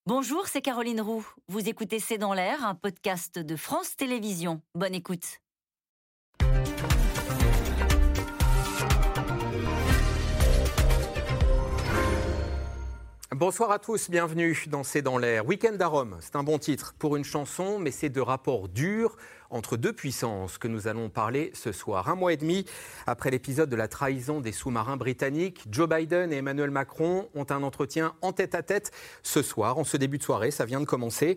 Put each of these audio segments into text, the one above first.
Bonjour, c'est Caroline Roux. Vous écoutez C'est dans l'air, un podcast de France Télévisions. Bonne écoute. Bonsoir à tous, bienvenue dans C'est dans l'air. Week-end à Rome, c'est un bon titre pour une chanson, mais c'est de rapports durs entre deux puissances que nous allons parler ce soir. Un mois et demi après l'épisode de la trahison des sous-marins britanniques, Joe Biden et Emmanuel Macron ont un entretien en tête-à-tête ce soir, en ce début de soirée, ça vient de commencer.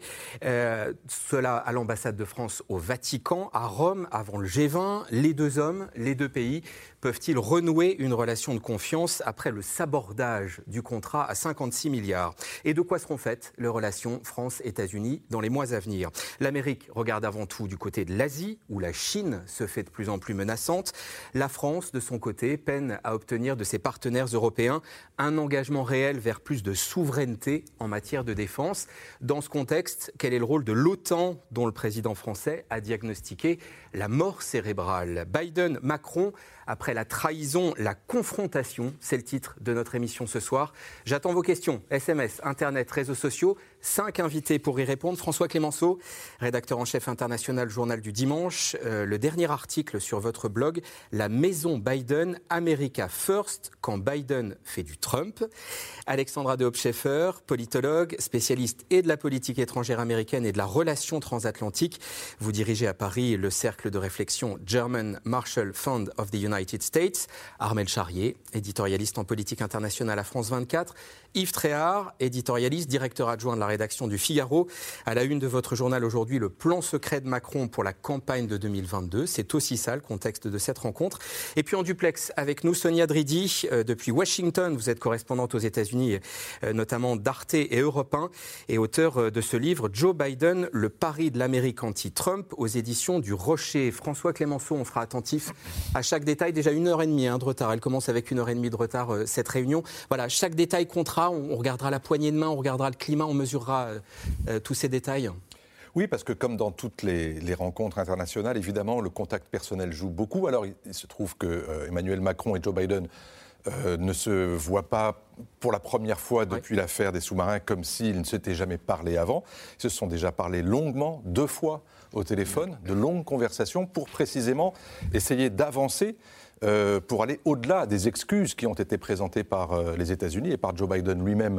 Cela à l'ambassade de France au Vatican, à Rome, avant le G20. Les deux hommes, les deux pays, peuvent-ils renouer une relation de confiance après le sabordage du contrat à 56 milliards ? Et de quoi seront faites les relations France-États-Unis dans les mois à venir ? L'Amérique regarde avant tout du côté de l'Asie, où la Chine se fait de plus en plus menaçante. La France, de son côté, peine à obtenir de ses partenaires européens un engagement réel vers plus de souveraineté en matière de défense. Dans ce contexte, quel est le rôle de l'OTAN, dont le président français a diagnostiqué la mort cérébrale ? Biden, Macron, après la trahison, la confrontation, c'est le titre de notre émission ce soir. J'attends vos questions, SMS, Internet, réseaux sociaux. 5 invités pour y répondre. François Clémenceau, rédacteur en chef international Journal du Dimanche. Le dernier article sur votre blog, La maison Biden, America First, quand Biden fait du Trump. Alexandra de Hopscheffer, politologue, spécialiste et de la politique étrangère américaine et de la relation transatlantique. Vous dirigez à Paris le cercle de réflexion German Marshall Fund of the United States. Armelle Charrier, éditorialiste en politique internationale à France 24. Yves Tréhard, éditorialiste, directeur adjoint de la rédaction du Figaro. À la une de votre journal aujourd'hui, le plan secret de Macron pour la campagne de 2022. C'est aussi ça le contexte de cette rencontre. Et puis en duplex avec nous, Sonia Dridi, depuis Washington. Vous êtes correspondante aux États-Unis, notamment d'Arte et Europe 1, et auteur de ce livre, Joe Biden, le pari de l'Amérique anti-Trump, aux éditions du Rocher. François Clémenceau, on fera attentif à chaque détail. Déjà 1h30 de retard. Elle commence avec 1h30 de retard, cette réunion. Voilà, chaque détail comptera. On regardera la poignée de main, on regardera le climat, on mesurera tous ces détails. Oui, parce que comme dans toutes les rencontres internationales, évidemment, le contact personnel joue beaucoup. Alors, il se trouve que Emmanuel Macron et Joe Biden ne se voient pas pour la première fois depuis l'affaire des sous-marins, comme s'ils ne s'étaient jamais parlé avant. Ils se sont déjà parlé longuement, 2 fois au téléphone, de longues conversations pour précisément essayer d'avancer pour aller au-delà des excuses qui ont été présentées par les États-Unis et par Joe Biden lui-même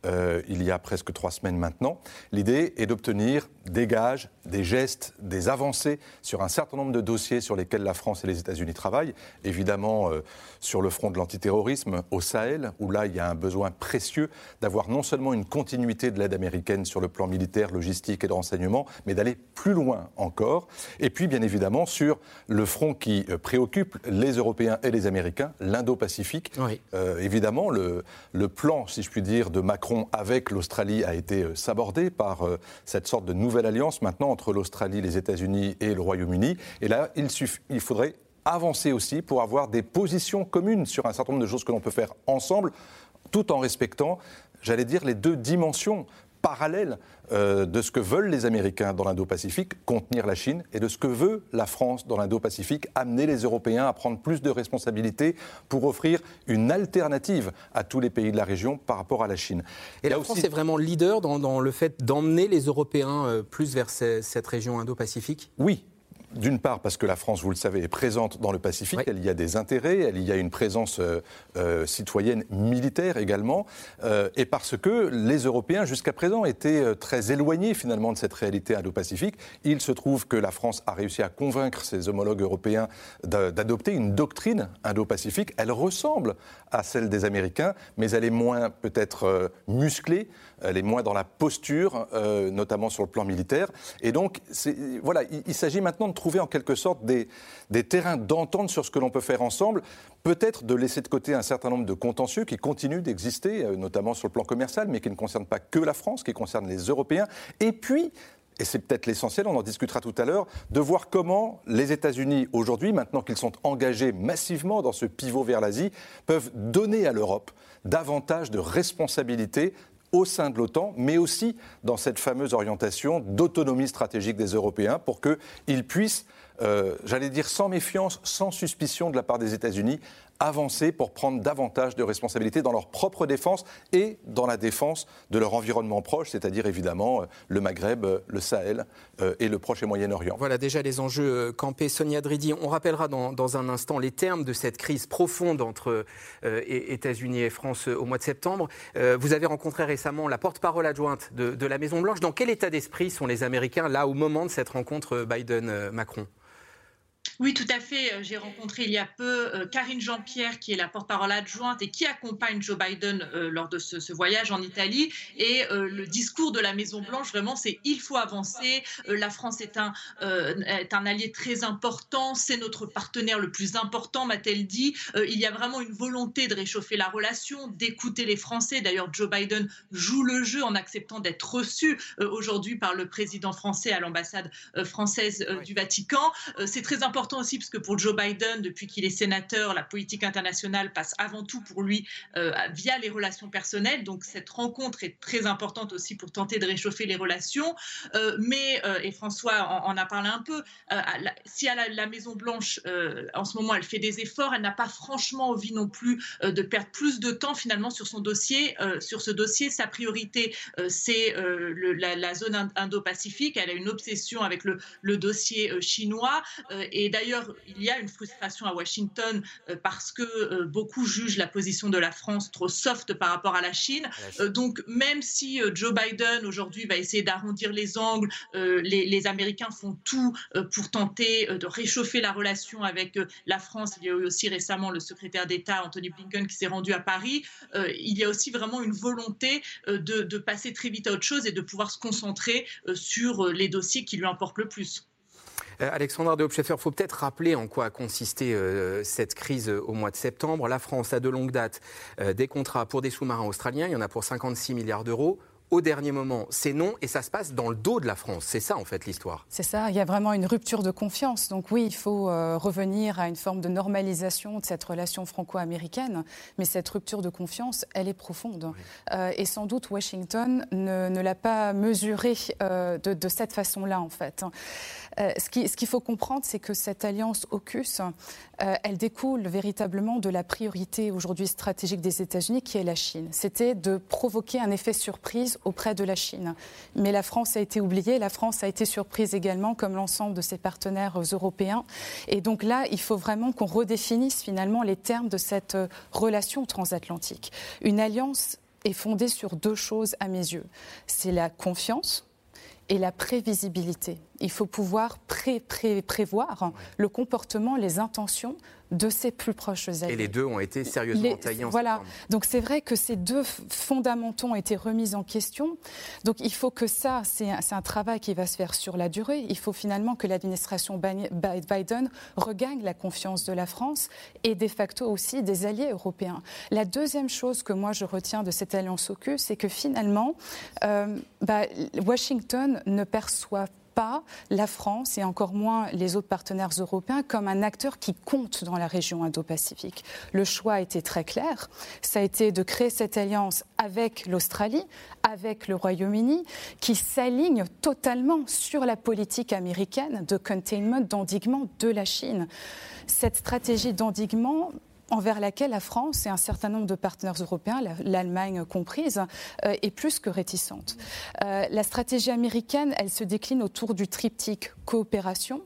il y a presque 3 semaines maintenant. L'idée est d'obtenir des gages, des gestes, des avancées sur un certain nombre de dossiers sur lesquels la France et les États-Unis travaillent. Évidemment, sur le front de l'antiterrorisme au Sahel, où là, il y a un besoin précieux d'avoir non seulement une continuité de l'aide américaine sur le plan militaire, logistique et de renseignement, mais d'aller plus loin encore. Et puis, bien évidemment, sur le front qui préoccupe les Européens et les Américains, l'Indo-Pacifique. Oui. Évidemment, le plan, si je puis dire, de Macron avec l'Australie a été sabordé par cette sorte de nouvelle alliance maintenant entre l'Australie, les États-Unis et le Royaume-Uni. Et là, il faudrait avancer aussi pour avoir des positions communes sur un certain nombre de choses que l'on peut faire ensemble, tout en respectant, j'allais dire, les 2 dimensions parallèle de ce que veulent les Américains dans l'Indo-Pacifique, contenir la Chine, et de ce que veut la France dans l'Indo-Pacifique, amener les Européens à prendre plus de responsabilités pour offrir une alternative à tous les pays de la région par rapport à la Chine. Et la France est vraiment leader dans le fait d'emmener les Européens plus vers cette région Indo-Pacifique ? Oui. D'une part, parce que la France, vous le savez, est présente dans le Pacifique, oui. Elle y a des intérêts, elle y a une présence citoyenne militaire également, et parce que les Européens, jusqu'à présent, étaient très éloignés finalement de cette réalité indo-pacifique. Il se trouve que la France a réussi à convaincre ses homologues européens d'adopter une doctrine indo-pacifique. Elle ressemble à celle des Américains, mais elle est moins peut-être musclée, elle est moins dans la posture, notamment sur le plan militaire. Et donc, voilà, il s'agit maintenant de trouver en quelque sorte des terrains d'entente sur ce que l'on peut faire ensemble, peut-être de laisser de côté un certain nombre de contentieux qui continuent d'exister, notamment sur le plan commercial, mais qui ne concernent pas que la France, qui concernent les Européens. Et puis, et c'est peut-être l'essentiel, on en discutera tout à l'heure, de voir comment les États-Unis, aujourd'hui, maintenant qu'ils sont engagés massivement dans ce pivot vers l'Asie, peuvent donner à l'Europe davantage de responsabilités au sein de l'OTAN, mais aussi dans cette fameuse orientation d'autonomie stratégique des Européens pour qu'ils puissent, j'allais dire sans méfiance, sans suspicion de la part des États-Unis, avancer pour prendre davantage de responsabilités dans leur propre défense et dans la défense de leur environnement proche, c'est-à-dire évidemment le Maghreb, le Sahel et le Proche et Moyen-Orient. Voilà déjà les enjeux campés. Sonia Dridi, on rappellera dans un instant les termes de cette crise profonde entre États-Unis et France au mois de septembre. Vous avez rencontré récemment la porte-parole adjointe de la Maison-Blanche. Dans quel état d'esprit sont les Américains là au moment de cette rencontre Biden-Macron ? Oui, tout à fait. J'ai rencontré il y a peu Karine Jean-Pierre, qui est la porte-parole adjointe et qui accompagne Joe Biden lors de ce voyage en Italie. Et le discours de la Maison-Blanche, vraiment, c'est « il faut avancer ». La France est un allié très important, c'est notre partenaire le plus important, m'a-t-elle dit. Il y a vraiment une volonté de réchauffer la relation, d'écouter les Français. D'ailleurs, Joe Biden joue le jeu en acceptant d'être reçu aujourd'hui par le président français à l'ambassade française du Vatican. C'est très important aussi parce que pour Joe Biden, depuis qu'il est sénateur, la politique internationale passe avant tout pour lui via les relations personnelles. Donc cette rencontre est très importante aussi pour tenter de réchauffer les relations. Et François en a parlé un peu, si à la Maison-Blanche, en ce moment, elle fait des efforts, elle n'a pas franchement envie non plus de perdre plus de temps finalement sur son dossier. Sur ce dossier, sa priorité, c'est la zone Indo-Pacifique. Elle a une obsession avec le dossier chinois. Et d'ailleurs, il y a une frustration à Washington parce que beaucoup jugent la position de la France trop soft par rapport à la Chine. Donc, même si Joe Biden, aujourd'hui, va essayer d'arrondir les angles, les Américains font tout pour tenter de réchauffer la relation avec la France. Il y a eu aussi récemment le secrétaire d'État, Anthony Blinken, qui s'est rendu à Paris. Il y a aussi vraiment une volonté de passer très vite à autre chose et de pouvoir se concentrer sur les dossiers qui lui importent le plus. Alexandra de Hoopscheffer, il faut peut-être rappeler en quoi a consisté cette crise au mois de septembre. La France a de longue date des contrats pour des sous-marins australiens, il y en a pour 56 milliards d'euros. Au dernier moment, c'est non, et ça se passe dans le dos de la France. C'est ça, en fait, l'histoire. C'est ça, il y a vraiment une rupture de confiance. Donc oui, il faut revenir à une forme de normalisation de cette relation franco-américaine, mais cette rupture de confiance, elle est profonde. Oui. Et sans doute, Washington ne l'a pas mesurée de cette façon-là, en fait. Ce qu'il faut comprendre, c'est que cette alliance AUKUS, elle découle véritablement de la priorité aujourd'hui stratégique des États-Unis, qui est la Chine. C'était de provoquer un effet surprise auprès de la Chine. Mais la France a été oubliée, la France a été surprise également, comme l'ensemble de ses partenaires européens. Et donc là, il faut vraiment qu'on redéfinisse finalement les termes de cette relation transatlantique. Une alliance est fondée sur deux choses à mes yeux. C'est la confiance et la prévisibilité. Il faut pouvoir prévoir le comportement, les intentions de ses plus proches alliés. Et les deux ont été sérieusement taillés en voilà. septembre. Donc c'est vrai que ces deux fondamentaux ont été remis en question. Donc il faut que ça, c'est un travail qui va se faire sur la durée. Il faut finalement que l'administration Biden regagne la confiance de la France et de facto aussi des alliés européens. La deuxième chose que moi je retiens de cette alliance AUKUS, c'est que finalement, Washington ne perçoit pas la France et encore moins les autres partenaires européens comme un acteur qui compte dans la région Indo-Pacifique. Le choix a été très clair. Ça a été de créer cette alliance avec l'Australie, avec le Royaume-Uni, qui s'aligne totalement sur la politique américaine de containment, d'endiguement de la Chine. Cette stratégie d'endiguement envers laquelle la France et un certain nombre de partenaires européens, l'Allemagne comprise, est plus que réticente. La stratégie américaine, elle se décline autour du triptyque coopération,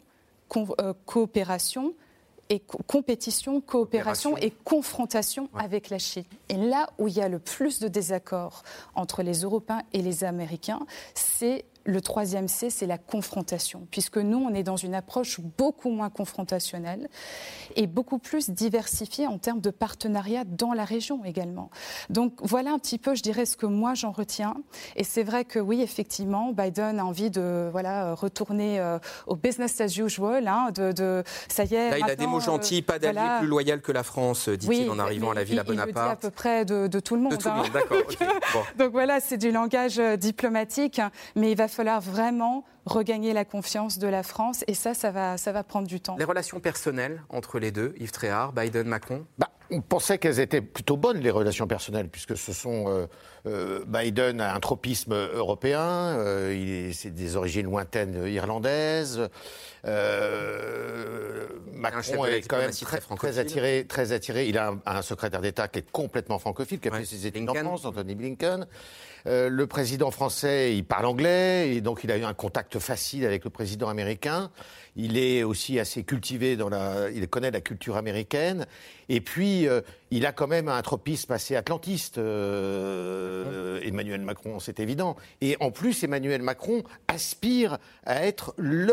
compétition, coopération et confrontation avec la Chine. Et là où il y a le plus de désaccords entre les Européens et les Américains, c'est le troisième C, c'est la confrontation, puisque nous, on est dans une approche beaucoup moins confrontationnelle et beaucoup plus diversifiée en termes de partenariat dans la région également. Donc voilà un petit peu, je dirais, ce que moi j'en retiens. Et c'est vrai que oui, effectivement, Biden a envie de retourner au business as usual. Ça y est. Là, il a des mots gentils, pas d'allié plus loyal que la France, dit-il en arrivant à la Villa Bonaparte. Il le dit à peu près de tout le monde. De tout le monde, d'accord. Okay. Bon. Donc voilà, c'est du langage diplomatique, mais il va falloir vraiment regagner la confiance de la France et ça va prendre du temps. Les relations personnelles entre les deux, Yves Tréhard, Biden, Macron ? On pensait qu'elles étaient plutôt bonnes, les relations personnelles, puisque ce sont... Biden a un tropisme européen, c'est des origines lointaines irlandaises. Macron est quand même très attiré. Il a un secrétaire d'État qui est complètement francophile, qui a fait ses études en France, Anthony Blinken. Le président français, il parle anglais, et donc il a eu un contact facile avec le président américain. Il est aussi assez cultivé il connaît la culture américaine. Et puis, il a quand même un tropisme assez atlantiste, Emmanuel Macron, c'est évident. Et en plus, Emmanuel Macron aspire à être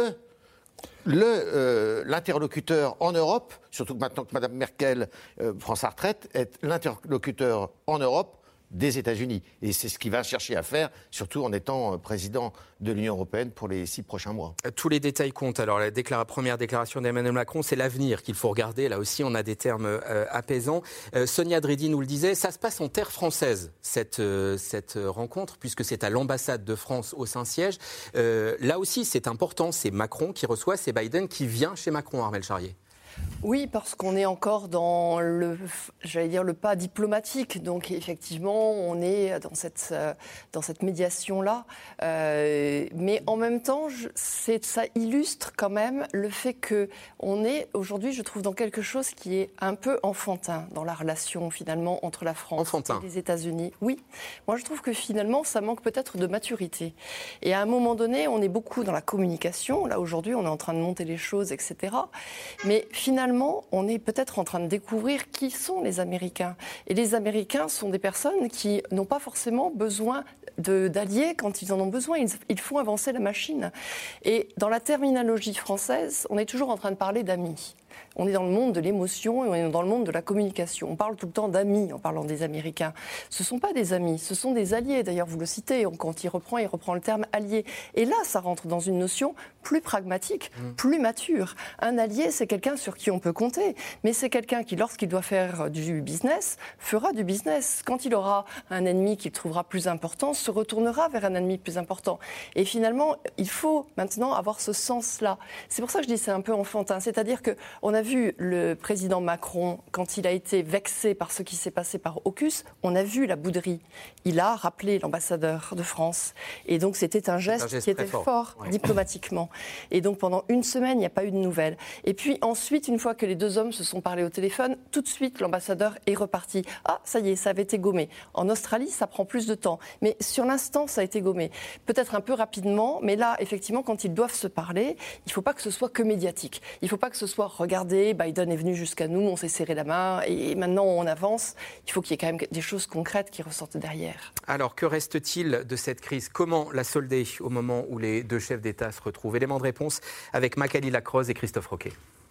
l'interlocuteur en Europe, surtout que maintenant que Mme Merkel prend sa retraite, être l'interlocuteur en Europe des États-Unis. Et c'est ce qu'il va chercher à faire, surtout en étant président de l'Union européenne pour les 6 prochains mois. Tous les détails comptent. Alors, la première déclaration d'Emmanuel Macron, c'est l'avenir qu'il faut regarder. Là aussi, on a des termes apaisants. Sonia Dridi nous le disait, ça se passe en terre française, cette rencontre, puisque c'est à l'ambassade de France au Saint-Siège. Là aussi, c'est important. C'est Macron qui reçoit, c'est Biden qui vient chez Macron, Armelle Charrier. Oui, parce qu'on est encore dans le pas diplomatique. Donc, effectivement, on est dans cette médiation-là. Mais en même temps, ça illustre quand même le fait qu'on est aujourd'hui, je trouve, dans quelque chose qui est un peu enfantin dans la relation, finalement, entre la France et les États-Unis. Oui. Moi, je trouve que, finalement, ça manque peut-être de maturité. Et à un moment donné, on est beaucoup dans la communication. Là, aujourd'hui, on est en train de monter les choses, etc. Mais finalement, on est peut-être en train de découvrir qui sont les Américains. Et les Américains sont des personnes qui n'ont pas forcément besoin d'alliés quand ils en ont besoin. Ils font avancer la machine. Et dans la terminologie française, on est toujours en train de parler d'amis. On est dans le monde de l'émotion et on est dans le monde de la communication. On parle tout le temps d'amis en parlant des Américains. Ce ne sont pas des amis, ce sont des alliés. D'ailleurs, vous le citez, quand il reprend le terme allié. Et là, ça rentre dans une notion plus pragmatique, plus mature. Un allié, c'est quelqu'un sur qui on peut compter. Mais c'est quelqu'un qui, lorsqu'il doit faire du business, fera du business. Quand il aura un ennemi qu'il trouvera plus important, se retournera vers un ennemi plus important. Et finalement, il faut maintenant avoir ce sens-là. C'est pour ça que je dis que c'est un peu enfantin. C'est-à-dire qu'on a vu le président Macron, quand il a été vexé par ce qui s'est passé par AUKUS, on a vu la bouderie. Il a rappelé l'ambassadeur de France. Et donc, c'était un geste qui était fort diplomatiquement. Et donc, pendant une semaine, il n'y a pas eu de nouvelles. Et puis ensuite, une fois que les deux hommes se sont parlé au téléphone, tout de suite, l'ambassadeur est reparti. Ah, ça y est, ça avait été gommé. En Australie, ça prend plus de temps. Mais sur l'instant, ça a été gommé. Peut-être un peu rapidement, mais là, effectivement, quand ils doivent se parler, il ne faut pas que ce soit que médiatique. Il ne faut pas que ce soit « regardez, Biden est venu jusqu'à nous, on s'est serré la main et maintenant on avance ». Il faut qu'il y ait quand même des choses concrètes qui ressortent derrière. Alors, que reste-t-il de cette crise ? Comment la solder au moment où les deux chefs d'État se retrouvent ? Élément de réponse avec Magali Lacroze et Christophe Roquet.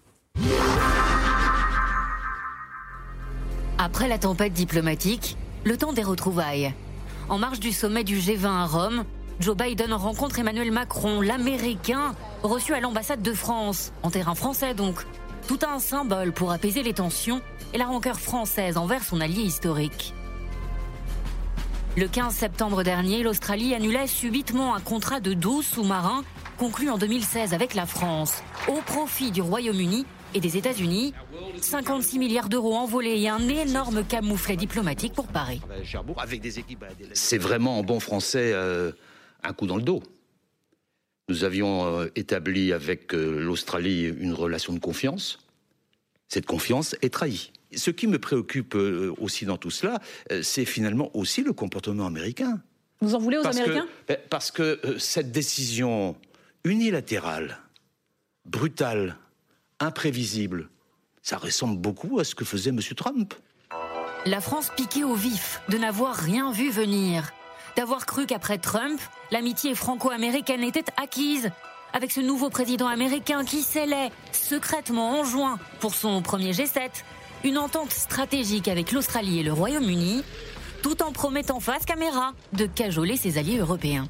Après la tempête diplomatique, le temps des retrouvailles. En marge du sommet du G20 à Rome, Joe Biden rencontre Emmanuel Macron, l'Américain, reçu à l'ambassade de France, en terrain français donc. Tout un symbole pour apaiser les tensions et la rancœur française envers son allié historique. Le 15 septembre dernier, l'Australie annulait subitement un contrat de 12 sous-marins conclu en 2016 avec la France, au profit du Royaume-Uni et des États-Unis. 56 milliards d'euros envolés et un énorme camouflet diplomatique pour Paris. C'est vraiment en bon français un coup dans le dos. Nous avions établi avec l'Australie une relation de confiance. Cette confiance est trahie. Ce qui me préoccupe aussi dans tout cela, c'est finalement aussi le comportement américain. Vous en voulez aux Américains ? Parce que cette décision unilatérale, brutale, imprévisible, ça ressemble beaucoup à ce que faisait M. Trump. La France piquée au vif de n'avoir rien vu venir. D'avoir cru qu'après Trump, l'amitié franco-américaine était acquise, avec ce nouveau président américain qui scellait secrètement en juin, pour son premier G7, une entente stratégique avec l'Australie et le Royaume-Uni, tout en promettant face caméra de cajoler ses alliés européens.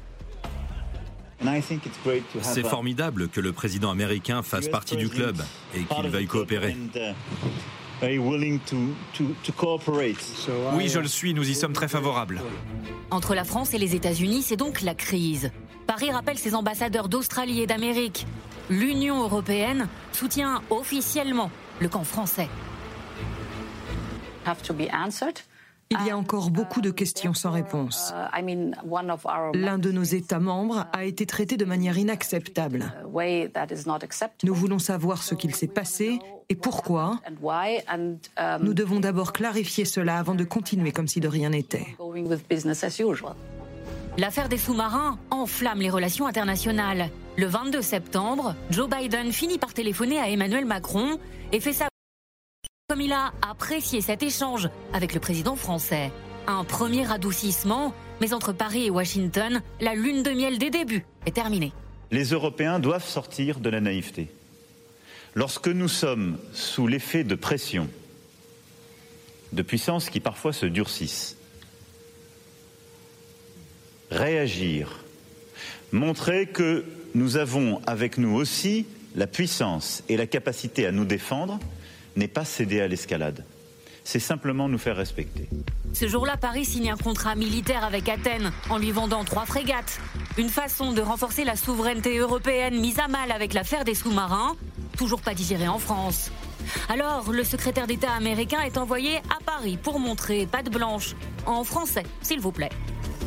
C'est formidable que le président américain fasse partie du club et qu'il veuille coopérer. Oui, je le suis, nous y sommes très favorables. Entre la France et les États-Unis, c'est donc la crise. Paris rappelle ses ambassadeurs d'Australie et d'Amérique. L'Union européenne soutient officiellement le camp français. Il y a encore beaucoup de questions sans réponse. L'un de nos États membres a été traité de manière inacceptable. Nous voulons savoir ce qu'il s'est passé et pourquoi. Nous devons d'abord clarifier cela avant de continuer comme si de rien n'était. L'affaire des sous-marins enflamme les relations internationales. Le 22 septembre, Joe Biden finit par téléphoner à Emmanuel Macron et fait savoir comme il a apprécié cet échange avec le président français. Un premier adoucissement, mais entre Paris et Washington, la lune de miel des débuts est terminée. Les Européens doivent sortir de la naïveté. Lorsque nous sommes sous l'effet de pression, de puissances qui parfois se durcissent, réagir, montrer que nous avons avec nous aussi la puissance et la capacité à nous défendre, n'est pas céder à l'escalade. C'est simplement nous faire respecter. Ce jour-là, Paris signe un contrat militaire avec Athènes en lui vendant 3 frégates. Une façon de renforcer la souveraineté européenne mise à mal avec l'affaire des sous-marins, toujours pas digérée en France. Alors, le secrétaire d'État américain est envoyé à Paris pour montrer patte blanche. En français, s'il vous plaît.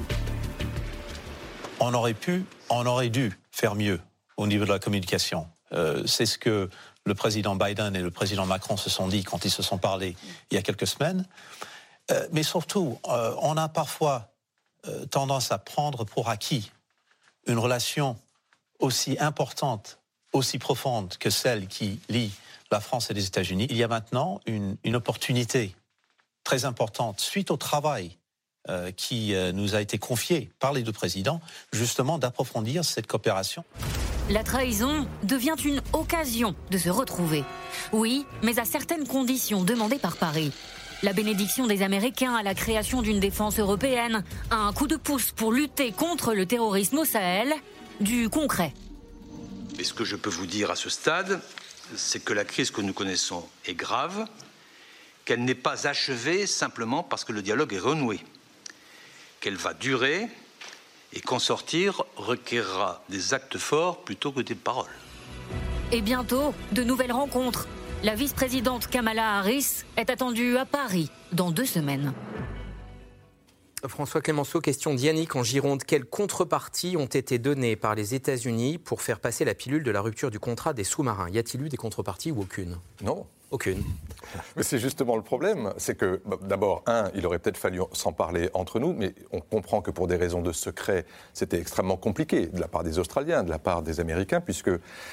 On aurait dû faire mieux au niveau de la communication. C'est ce que le président Biden et le président Macron se sont dit quand ils se sont parlé il y a quelques semaines. Mais surtout, on a parfois tendance à prendre pour acquis une relation aussi importante, aussi profonde que celle qui lie la France et les États-Unis. Il y a maintenant une opportunité très importante, suite au travail qui nous a été confié par les deux présidents, justement d'approfondir cette coopération. La trahison devient une occasion de se retrouver. Oui, mais à certaines conditions demandées par Paris. La bénédiction des Américains à la création d'une défense européenne, un coup de pouce pour lutter contre le terrorisme au Sahel, du concret. Et ce que je peux vous dire à ce stade, c'est que la crise que nous connaissons est grave, qu'elle n'est pas achevée simplement parce que le dialogue est renoué, qu'elle va durer et qu'en sortir requerra des actes forts plutôt que des paroles. Et bientôt, de nouvelles rencontres. La vice-présidente Kamala Harris est attendue à Paris dans 2 semaines. François Clemenceau, question d'Yannick en Gironde. Quelles contreparties ont été données par les États-Unis pour faire passer la pilule de la rupture du contrat des sous-marins ? Y a-t-il eu des contreparties ou aucune ? Non. Aucune. Mais c'est justement le problème, c'est que d'abord, il aurait peut-être fallu s'en parler entre nous, mais on comprend que pour des raisons de secret, c'était extrêmement compliqué de la part des Australiens, de la part des Américains, puisque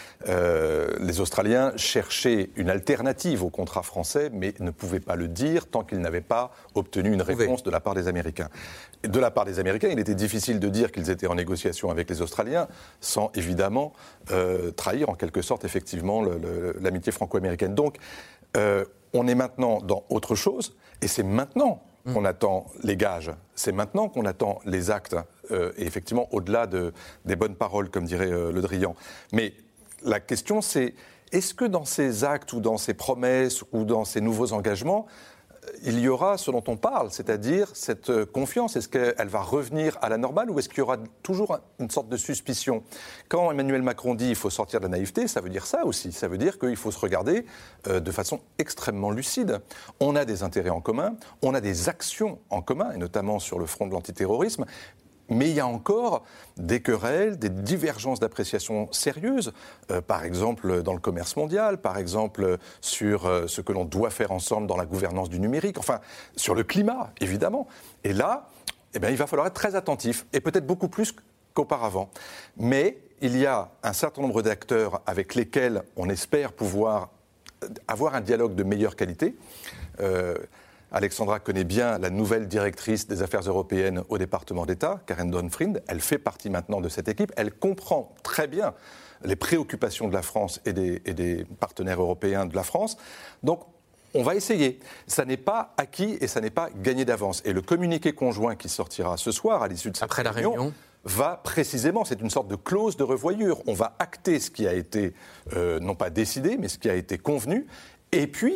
les Australiens cherchaient une alternative au contrat français, mais ne pouvaient pas le dire tant qu'ils n'avaient pas obtenu une réponse de la part des Américains. Et de la part des Américains, il était difficile de dire qu'ils étaient en négociation avec les Australiens, sans évidemment trahir en quelque sorte effectivement l'amitié franco-américaine. Donc, on est maintenant dans autre chose, et c'est maintenant qu'on attend les gages, c'est maintenant qu'on attend les actes, et effectivement au-delà des bonnes paroles, comme dirait Le Drian. Mais la question c'est, est-ce que dans ces actes ou dans ces promesses ou dans ces nouveaux engagements, il y aura ce dont on parle, c'est-à-dire cette confiance? Est-ce qu'elle va revenir à la normale ou est-ce qu'il y aura toujours une sorte de suspicion? Quand Emmanuel Macron dit qu'il faut sortir de la naïveté, ça veut dire ça aussi. Ça veut dire qu'il faut se regarder de façon extrêmement lucide. On a des intérêts en commun, on a des actions en commun, et notamment sur le front de l'antiterrorisme. Mais il y a encore des querelles, des divergences d'appréciation sérieuses, par exemple dans le commerce mondial, par exemple sur ce que l'on doit faire ensemble dans la gouvernance du numérique, enfin sur le climat, évidemment. Et là, il va falloir être très attentif, et peut-être beaucoup plus qu'auparavant. Mais il y a un certain nombre d'acteurs avec lesquels on espère pouvoir avoir un dialogue de meilleure qualité. Alexandra connaît bien la nouvelle directrice des affaires européennes au département d'État, Karen Donfriend. Elle fait partie maintenant de cette équipe. Elle comprend très bien les préoccupations de la France et des partenaires européens de la France. Donc, on va essayer. Ça n'est pas acquis et ça n'est pas gagné d'avance. Et le communiqué conjoint qui sortira ce soir, à l'issue de cette réunion, va précisément, c'est une sorte de clause de revoyure. On va acter ce qui a été, non pas décidé, mais ce qui a été convenu. Et puis,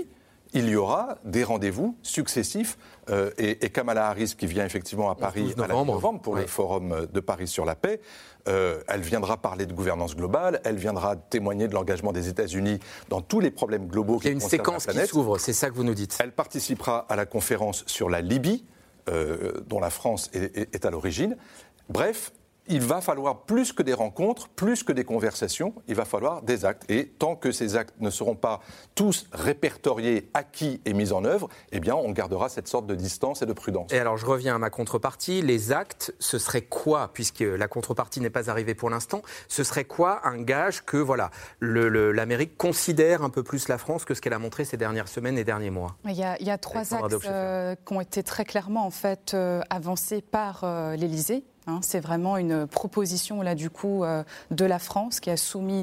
il y aura des rendez-vous successifs et Kamala Harris, qui vient effectivement à Paris à la mi-novembre pour le Forum de Paris sur la paix, elle viendra parler de gouvernance globale, elle viendra témoigner de l'engagement des États-Unis dans tous les problèmes globaux qui concernent la planète. Il y a une séquence qui s'ouvre, c'est ça que vous nous dites. Elle participera à la conférence sur la Libye, dont la France est à l'origine. Bref, il va falloir plus que des rencontres, plus que des conversations, il va falloir des actes. Et tant que ces actes ne seront pas tous répertoriés, acquis et mis en œuvre, eh bien, on gardera cette sorte de distance et de prudence. Et alors, je reviens à ma contrepartie. Les actes, ce serait quoi, puisque la contrepartie n'est pas arrivée pour l'instant, ce serait quoi un gage que voilà, l'Amérique considère un peu plus la France que ce qu'elle a montré ces dernières semaines et derniers mois? Il y a 3 axes qui ont été très clairement en fait, avancés par l'Élysée. C'est vraiment une proposition là, du coup, de la France qui a soumis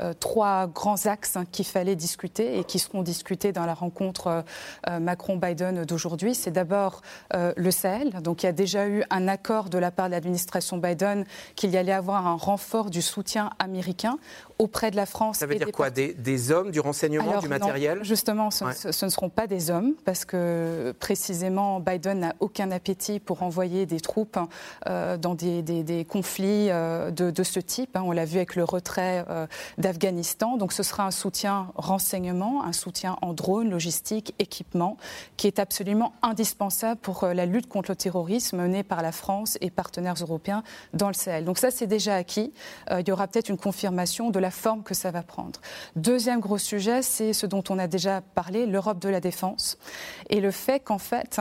3 grands axes qu'il fallait discuter et qui seront discutés dans la rencontre Macron-Biden d'aujourd'hui. C'est d'abord le Sahel. Donc il y a déjà eu un accord de la part de l'administration Biden qu'il y allait avoir un renfort du soutien américain auprès de la France. Ça veut dire quoi, des hommes, du renseignement, du matériel? Non, justement, ce ne seront pas des hommes parce que précisément Biden n'a aucun appétit pour envoyer des troupes dans des conflits de ce type. On l'a vu avec le retrait d'Afghanistan. Donc ce sera un soutien renseignement, un soutien en drone, logistique, équipement, qui est absolument indispensable pour la lutte contre le terrorisme menée par la France et partenaires européens dans le Sahel. Donc ça, c'est déjà acquis. Il y aura peut-être une confirmation de la forme que ça va prendre. Deuxième gros sujet, c'est ce dont on a déjà parlé, l'Europe de la défense. Et le fait qu'en fait,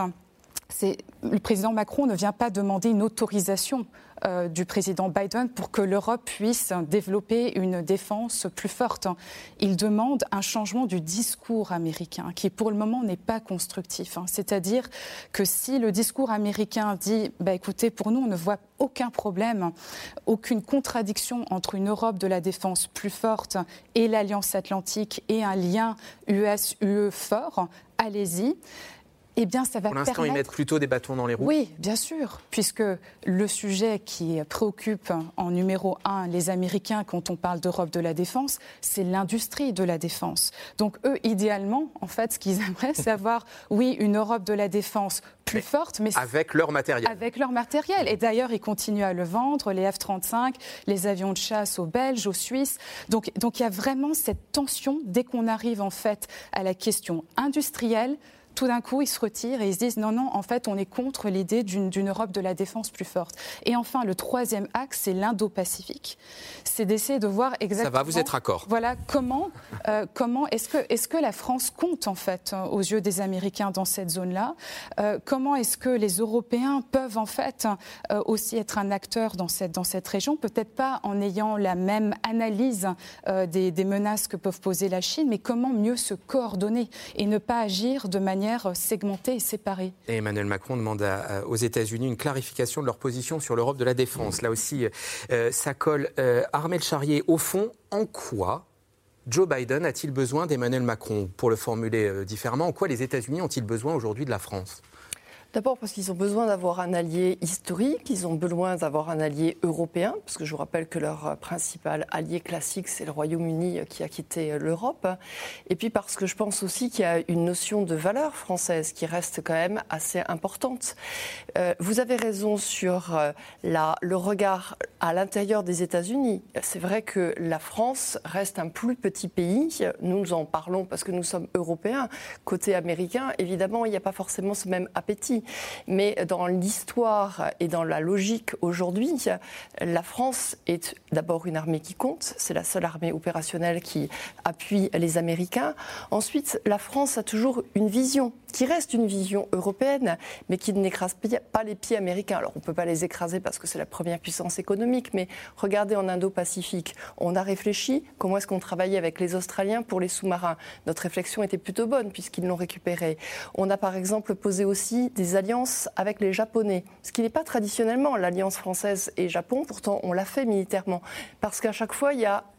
le président Macron ne vient pas demander une autorisation du président Biden pour que l'Europe puisse développer une défense plus forte. Il demande un changement du discours américain qui, pour le moment, n'est pas constructif. C'est-à-dire que si le discours américain dit écoutez, pour nous, on ne voit aucun problème, aucune contradiction entre une Europe de la défense plus forte et l'Alliance Atlantique et un lien US-UE fort, allez-y. Eh bien, ça va pour l'instant, ils mettent plutôt des bâtons dans les roues. Oui, bien sûr, puisque le sujet qui préoccupe en numéro 1 les Américains quand on parle d'Europe de la défense, c'est l'industrie de la défense. Donc eux, idéalement, en fait, ce qu'ils aimeraient, c'est avoir, oui, une Europe de la défense plus forte, mais avec leur matériel. Avec leur matériel. Et d'ailleurs, ils continuent à le vendre, les F-35, les avions de chasse aux Belges, aux Suisses. Donc il y a vraiment cette tension dès qu'on arrive en fait à la question industrielle. Tout d'un coup, ils se retirent et ils se disent non, en fait, on est contre l'idée d'une Europe de la défense plus forte. Et enfin, le troisième axe, c'est l'Indo-Pacifique. C'est d'essayer de voir exactement... Ça va, vous êtes raccord. Voilà, comment est-ce que la France compte, en fait, aux yeux des Américains dans cette zone-là? Comment est-ce que les Européens peuvent, en fait, aussi être un acteur dans cette région? Peut-être pas en ayant la même analyse des menaces que peuvent poser la Chine, mais comment mieux se coordonner et ne pas agir de manière segmentée et séparée. Et Emmanuel Macron demande aux États-Unis une clarification de leur position sur l'Europe de la défense. Là aussi, ça colle. Armel Charrier, au fond, en quoi Joe Biden a-t-il besoin d'Emmanuel Macron? Pour le formuler différemment, en quoi les États-Unis ont-ils besoin aujourd'hui de la France? D'abord parce qu'ils ont besoin d'avoir un allié historique, ils ont besoin d'avoir un allié européen, parce que je vous rappelle que leur principal allié classique, c'est le Royaume-Uni qui a quitté l'Europe. Et puis parce que je pense aussi qu'il y a une notion de valeur française qui reste quand même assez importante. Vous avez raison sur le regard à l'intérieur des États-Unis. C'est vrai que la France reste un plus petit pays. Nous en parlons parce que nous sommes européens. Côté américain, évidemment, il n'y a pas forcément ce même appétit. Mais dans l'histoire et dans la logique aujourd'hui, la France est d'abord une armée qui compte. C'est la seule armée opérationnelle qui appuie les Américains. Ensuite, la France a toujours une vision qui reste une vision européenne, mais qui n'écrase pas les pieds américains. Alors, on ne peut pas les écraser parce que c'est la première puissance économique, mais regardez en Indo-Pacifique, on a réfléchi comment est-ce qu'on travaillait avec les Australiens pour les sous-marins. Notre réflexion était plutôt bonne puisqu'ils l'ont récupéré. On a par exemple posé aussi des alliances avec les Japonais, ce qui n'est pas traditionnellement l'alliance française et Japon, pourtant on l'a fait militairement, parce qu'à chaque fois il y a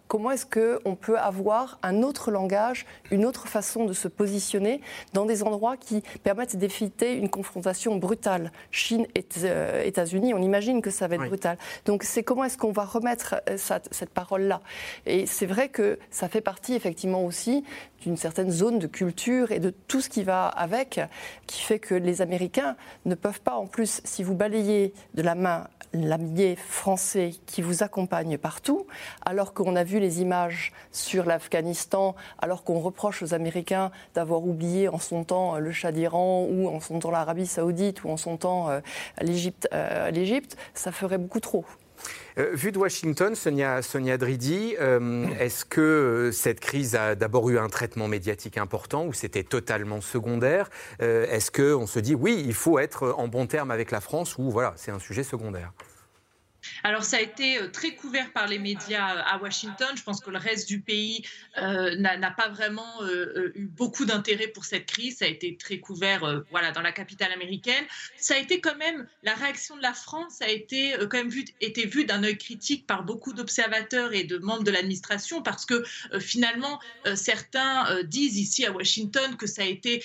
comment est-ce qu'on peut avoir un autre langage, une autre façon de se positionner dans des endroits qui permettent d'éviter une confrontation brutale. Chine et États-Unis, on imagine que ça va être brutal. Donc c'est comment est-ce qu'on va remettre cette parole-là. Et c'est vrai que ça fait partie effectivement aussi d'une certaine zone de culture et de tout ce qui va avec, qui fait que les Américains ne peuvent pas, en plus, si vous balayez de la main l'allié français qui vous accompagne partout, alors qu'on a vu les images sur l'Afghanistan, alors qu'on reproche aux Américains d'avoir oublié en son temps le Shah d'Iran ou en son temps l'Arabie Saoudite ou en son temps l'Égypte, ça ferait beaucoup trop. Vu de Washington, Sonia Dridi, est-ce que cette crise a d'abord eu un traitement médiatique important ou c'était totalement secondaire ? Est-ce qu'on se dit, oui, il faut être en bon terme avec la France ou voilà, c'est un sujet secondaire ? Alors, ça a été très couvert par les médias à Washington. Je pense que le reste du pays n'a pas vraiment eu beaucoup d'intérêt pour cette crise. Ça a été très couvert dans la capitale américaine. Ça a été quand même, la réaction de la France a été quand même vue d'un œil critique par beaucoup d'observateurs et de membres de l'administration parce que finalement, certains disent ici à Washington que ça a été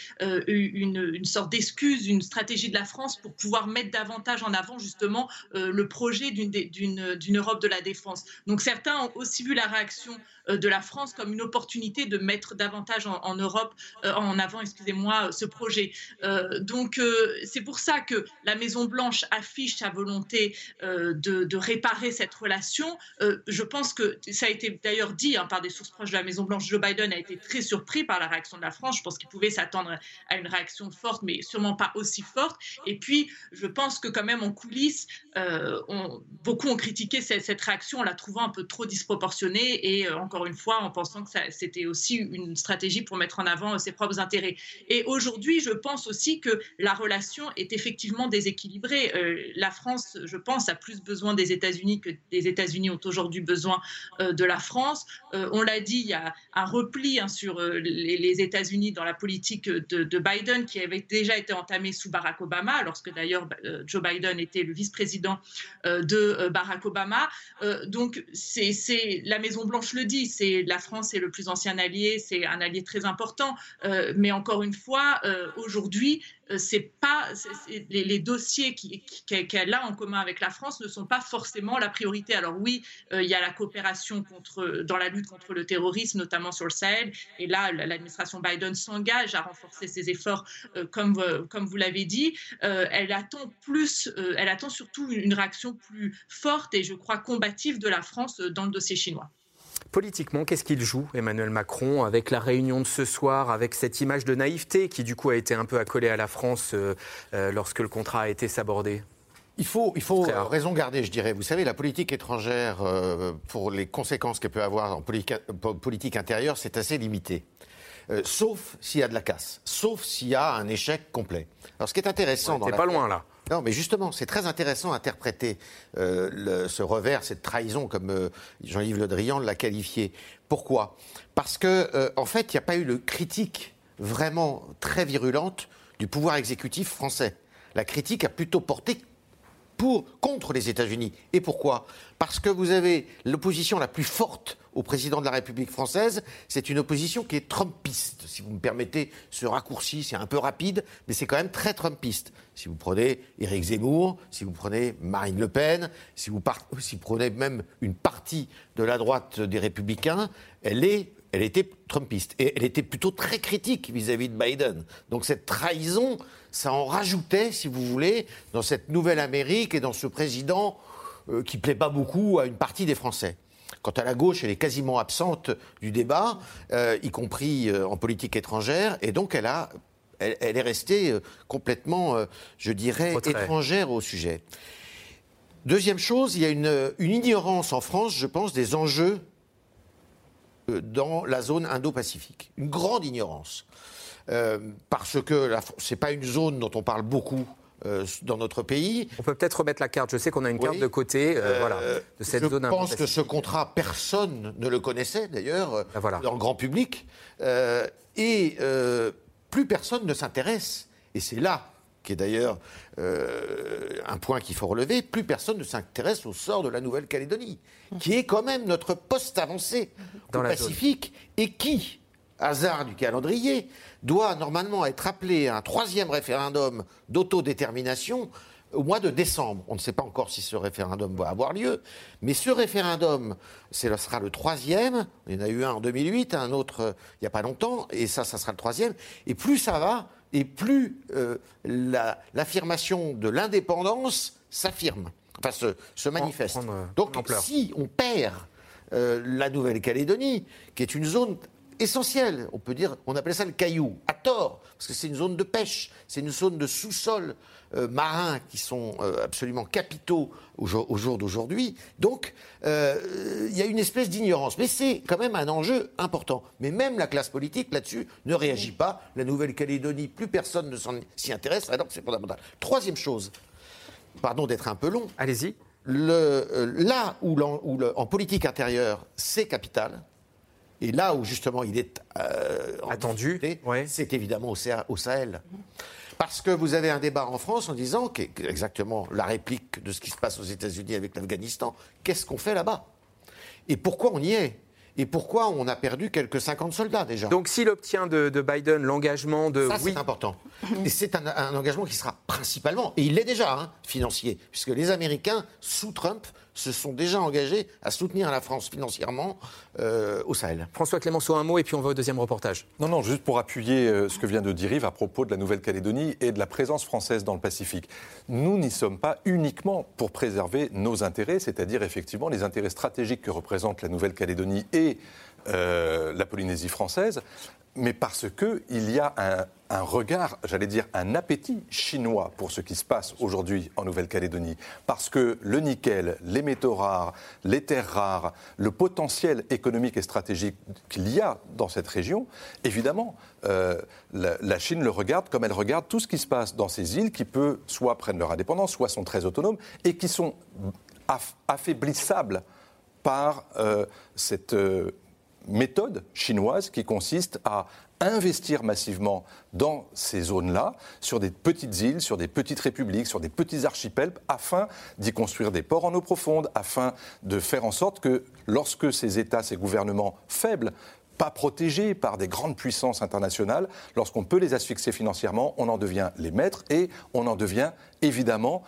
une sorte d'excuse, une stratégie de la France pour pouvoir mettre davantage en avant justement le projet d'une Europe de la défense. Donc certains ont aussi vu la réaction de la France comme une opportunité de mettre davantage en Europe, en avant, ce projet. Donc c'est pour ça que la Maison-Blanche affiche sa volonté de réparer cette relation. Je pense que ça a été d'ailleurs dit par des sources proches de la Maison-Blanche. Joe Biden a été très surpris par la réaction de la France. Je pense qu'il pouvait s'attendre à une réaction forte, mais sûrement pas aussi forte. Et puis, je pense que quand même en coulisses, beaucoup ont critiqué cette réaction en la trouvant un peu trop disproportionnée et encore une fois en pensant que c'était aussi une stratégie pour mettre en avant ses propres intérêts. Et aujourd'hui, je pense aussi que la relation est effectivement déséquilibrée. La France, je pense, a plus besoin des États-Unis que les États-Unis ont aujourd'hui besoin de la France. On l'a dit, il y a un repli sur les États-Unis dans la politique de Biden qui avait déjà été entamée sous Barack Obama, lorsque d'ailleurs Joe Biden était le vice-président de Barack Obama. Donc, la Maison-Blanche le dit, la France est le plus ancien allié, c'est un allié très important. Mais encore une fois, aujourd'hui, les dossiers qu'elle a en commun avec la France ne sont pas forcément la priorité. Alors oui, il y a la coopération dans la lutte contre le terrorisme, notamment sur le Sahel. Et là, l'administration Biden s'engage à renforcer ses efforts, comme vous l'avez dit. Elle attend surtout une réaction plus forte et je crois combative de la France dans le dossier chinois. Politiquement, qu'est-ce qu'il joue, Emmanuel Macron, avec la réunion de ce soir, avec cette image de naïveté qui, du coup, a été un peu accolée à la France lorsque le contrat a été sabordé ? Il faut raison garder, je dirais. Vous savez, la politique étrangère, pour les conséquences qu'elle peut avoir en politique intérieure, c'est assez limité. Sauf s'il y a de la casse, sauf s'il y a un échec complet. Alors, ce qui est intéressant t'es pas loin, là. Non, mais justement, c'est très intéressant d'interpréter ce revers, cette trahison, comme Jean-Yves Le Drian l'a qualifié. Pourquoi ? Parce que, en fait, il n'y a pas eu de critique vraiment très virulente du pouvoir exécutif français. La critique a plutôt porté contre les États-Unis. Et pourquoi ? Parce que vous avez l'opposition la plus forte au président de la République française, c'est une opposition qui est trumpiste. Si vous me permettez ce raccourci, c'est un peu rapide, mais c'est quand même très trumpiste. Si vous prenez Éric Zemmour, si vous prenez Marine Le Pen, si vous prenez même une partie de la droite des Républicains, elle était trumpiste. Et elle était plutôt très critique vis-à-vis de Biden. Donc cette trahison, ça en rajoutait, si vous voulez, dans cette nouvelle Amérique et dans ce président qui ne plaît pas beaucoup à une partie des Français. Quant à la gauche, elle est quasiment absente du débat, y compris en politique étrangère, et donc elle est restée complètement, je dirais, étrangère au sujet. Deuxième chose, il y a une ignorance en France, je pense, des enjeux dans la zone Indo-Pacifique. Une grande ignorance. Parce que ce n'est pas une zone dont on parle beaucoup dans notre pays. On peut peut-être remettre la carte. Je sais qu'on a une carte de côté de cette zone. Je pense que ce contrat, personne ne le connaissait d'ailleurs dans le grand public. Et plus personne ne s'intéresse. Et c'est là qui est d'ailleurs un point qu'il faut relever, plus personne ne s'intéresse au sort de la Nouvelle-Calédonie, qui est quand même notre poste avancé au Pacifique et qui, hasard du calendrier, doit normalement être appelé à un 3e référendum d'autodétermination au mois de décembre. On ne sait pas encore si ce référendum va avoir lieu, mais ce référendum, ce sera le 3e. Il y en a eu un en 2008, un autre il n'y a pas longtemps, et ça sera le 3e. Et plus ça va, et plus l'affirmation de l'indépendance s'affirme, enfin se manifeste. Donc si on perd la Nouvelle-Calédonie, qui est une zone essentielle, on peut dire, on appelle ça le caillou, à tort, parce que c'est une zone de pêche, c'est une zone de sous-sol marins qui sont absolument capitaux au jour d'aujourd'hui. Donc, il y a une espèce d'ignorance. Mais c'est quand même un enjeu important. Mais même la classe politique, là-dessus, ne réagit pas. La Nouvelle-Calédonie, plus personne ne s'y intéresse, alors c'est fondamental. Troisième chose, pardon d'être un peu long. Allez-y. Là où en politique intérieure, c'est capital, et là où justement il est attendu, c'est évidemment au Sahel. Parce que vous avez un débat en France en disant, qui est exactement la réplique de ce qui se passe aux États-Unis avec l'Afghanistan, qu'est-ce qu'on fait là-bas ? Et pourquoi on y est ? Et pourquoi on a perdu quelques 50 soldats déjà ? Donc s'il obtient de Biden l'engagement de... Ça, c'est important. Et c'est un engagement qui sera principalement, et il l'est déjà, financier, puisque les Américains, sous Trump, se sont déjà engagés à soutenir la France financièrement au Sahel. François Clémenceau, un mot, et puis on va au deuxième reportage. Non, juste pour appuyer ce que vient de dire Yves à propos de la Nouvelle-Calédonie et de la présence française dans le Pacifique. Nous n'y sommes pas uniquement pour préserver nos intérêts, c'est-à-dire effectivement les intérêts stratégiques que représentent la Nouvelle-Calédonie et la Polynésie française, mais parce qu'il y a un regard, j'allais dire un appétit chinois pour ce qui se passe aujourd'hui en Nouvelle-Calédonie. Parce que le nickel, les métaux rares, les terres rares, le potentiel économique et stratégique qu'il y a dans cette région, évidemment, la Chine le regarde comme elle regarde tout ce qui se passe dans ces îles qui peut soit prennent leur indépendance, soit sont très autonomes et qui sont affaiblissables par cette... méthode chinoise qui consiste à investir massivement dans ces zones-là, sur des petites îles, sur des petites républiques, sur des petits archipels, afin d'y construire des ports en eau profonde, afin de faire en sorte que lorsque ces États, ces gouvernements faibles, pas protégés par des grandes puissances internationales, lorsqu'on peut les asphyxier financièrement, on en devient les maîtres et on en devient évidemment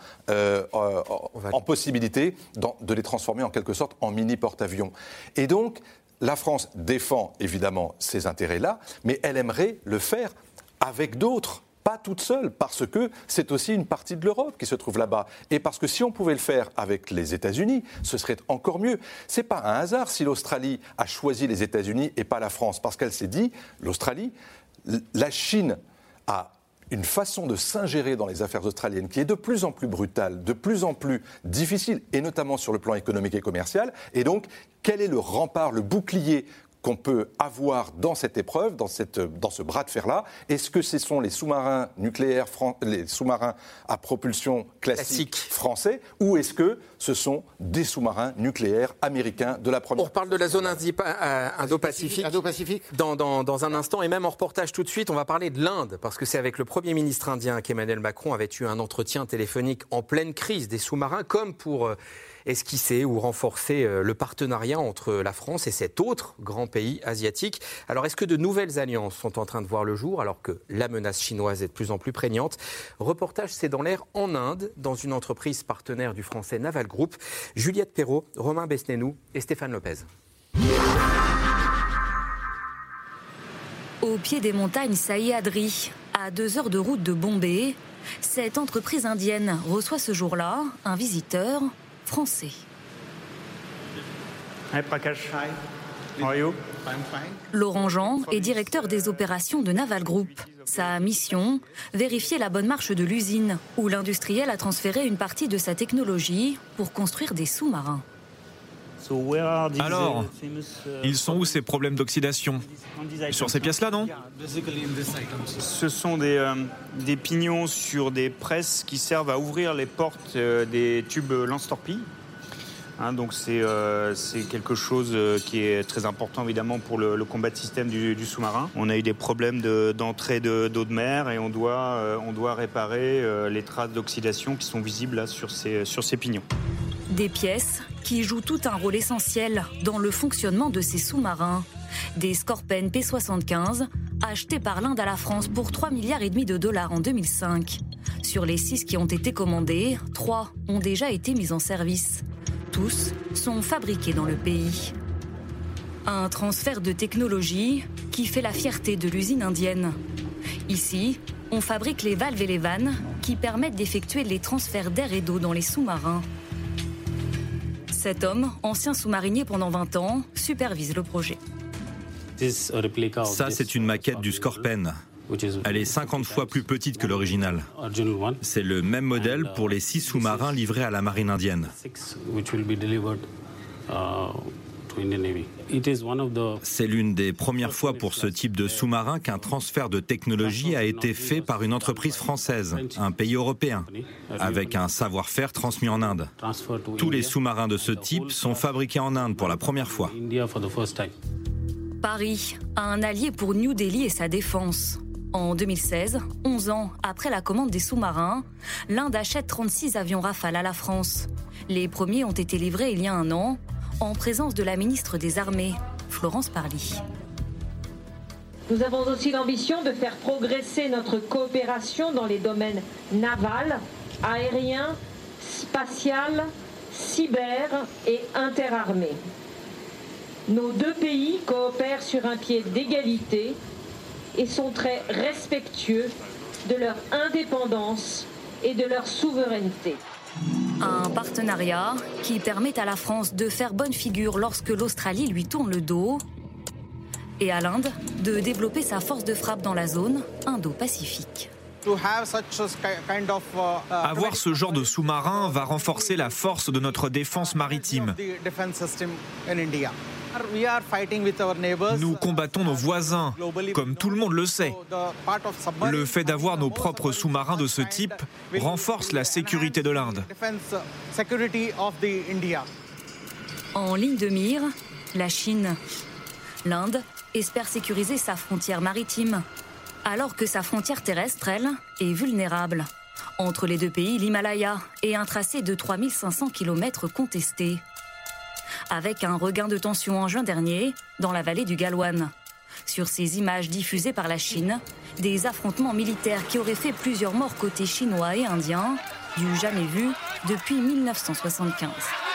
en possibilité de les transformer en quelque sorte en mini porte-avions. Et donc, la France défend évidemment ces intérêts-là, mais elle aimerait le faire avec d'autres, pas toute seule, parce que c'est aussi une partie de l'Europe qui se trouve là-bas. Et parce que si on pouvait le faire avec les États-Unis, ce serait encore mieux. Ce n'est pas un hasard si l'Australie a choisi les États-Unis et pas la France, parce qu'elle s'est dit, l'Australie, la Chine a une façon de s'ingérer dans les affaires australiennes qui est de plus en plus brutale, de plus en plus difficile, et notamment sur le plan économique et commercial. Et donc, quel est le rempart, le bouclier qu'on peut avoir dans cette épreuve, dans ce bras de fer-là? Est-ce que ce sont les sous-marins nucléaires, les sous-marins à propulsion classique français, ou est-ce que ce sont des sous-marins nucléaires américains de la première? On reparle de la zone Indo-Pacifique dans un instant, et même en reportage tout de suite, on va parler de l'Inde, parce que c'est avec le Premier ministre indien qu'Emmanuel Macron avait eu un entretien téléphonique en pleine crise des sous-marins, comme pour esquisser ou renforcer le partenariat entre la France et cet autre grand pays asiatique. Alors, est-ce que de nouvelles alliances sont en train de voir le jour alors que la menace chinoise est de plus en plus prégnante? Reportage C'est dans l'air en Inde, dans une entreprise partenaire du français Naval Group. Juliette Perrault, Romain Besnénou et Stéphane Lopez. Au pied des montagnes Sahyadri, à 2 heures de route de Bombay, cette entreprise indienne reçoit ce jour-là un visiteur français. Hi Prakash. Hi. How are you? I'm fine. Laurent Jean est directeur des opérations de Naval Group. Sa mission, vérifier la bonne marche de l'usine où l'industriel a transféré une partie de sa technologie pour construire des sous-marins. Alors, ils sont où ces problèmes d'oxydation? Sur ces pièces-là, non? Ce sont des pignons sur des presses qui servent à ouvrir les portes des tubes lance-torpilles. Donc c'est quelque chose qui est très important évidemment pour le combat de système du sous-marin. On a eu des problèmes d'entrée d'eau de mer et on doit réparer les traces d'oxydation qui sont visibles là, sur ces pignons. Des pièces qui jouent tout un rôle essentiel dans le fonctionnement de ces sous-marins. Des Skorpen P-75 achetés par l'Inde à la France pour 3,5 milliards en 2005. Sur les 6 qui ont été commandés, 3 ont déjà été mis en service. Tous sont fabriqués dans le pays. Un transfert de technologie qui fait la fierté de l'usine indienne. Ici, on fabrique les valves et les vannes qui permettent d'effectuer les transferts d'air et d'eau dans les sous-marins. Cet homme, ancien sous-marinier pendant 20 ans, supervise le projet. Ça, c'est une maquette du Skorpen. Elle est 50 fois plus petite que l'original. C'est le même modèle pour les 6 sous-marins livrés à la marine indienne. C'est l'une des premières fois pour ce type de sous-marin qu'un transfert de technologie a été fait par une entreprise française, un pays européen, avec un savoir-faire transmis en Inde. Tous les sous-marins de ce type sont fabriqués en Inde pour la première fois. Paris a un allié pour New Delhi et sa défense. En 2016, 11 ans après la commande des sous-marins, l'Inde achète 36 avions Rafale à la France. Les premiers ont été livrés il y a 1 an, en présence de la ministre des Armées, Florence Parly. Nous avons aussi l'ambition de faire progresser notre coopération dans les domaines naval, aérien, spatial, cyber et interarmée. Nos 2 pays coopèrent sur un pied d'égalité et sont très respectueux de leur indépendance et de leur souveraineté. Un partenariat qui permet à la France de faire bonne figure lorsque l'Australie lui tourne le dos et à l'Inde de développer sa force de frappe dans la zone Indo-Pacifique. Avoir ce genre de sous-marin va renforcer la force de notre défense maritime. Nous combattons nos voisins, comme tout le monde le sait. Le fait d'avoir nos propres sous-marins de ce type renforce la sécurité de l'Inde. En ligne de mire, la Chine. L'Inde espère sécuriser sa frontière maritime, alors que sa frontière terrestre, elle, est vulnérable. Entre les 2 pays, l'Himalaya et un tracé de 3500 km contesté. Avec un regain de tension en juin dernier dans la vallée du Galwan. Sur ces images diffusées par la Chine, des affrontements militaires qui auraient fait plusieurs morts côté chinois et indien, du jamais vu depuis 1975.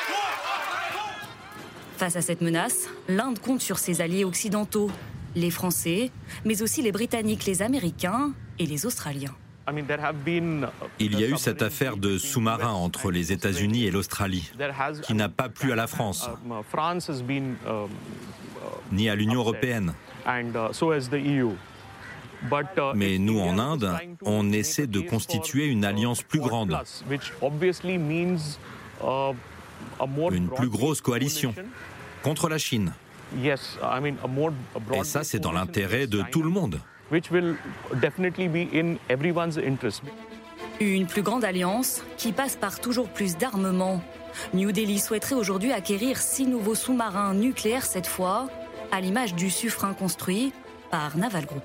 Face à cette menace, l'Inde compte sur ses alliés occidentaux, les Français, mais aussi les Britanniques, les Américains et les Australiens. Il y a eu cette affaire de sous-marin entre les États-Unis et l'Australie, qui n'a pas plu à la France, ni à l'Union européenne. Mais nous, en Inde, on essaie de constituer une alliance plus grande, une plus grosse coalition contre la Chine. Et ça, c'est dans l'intérêt de tout le monde. Une plus grande alliance qui passe par toujours plus d'armement. New Delhi souhaiterait aujourd'hui acquérir 6 nouveaux sous-marins nucléaires cette fois, à l'image du Suffren construit par Naval Group.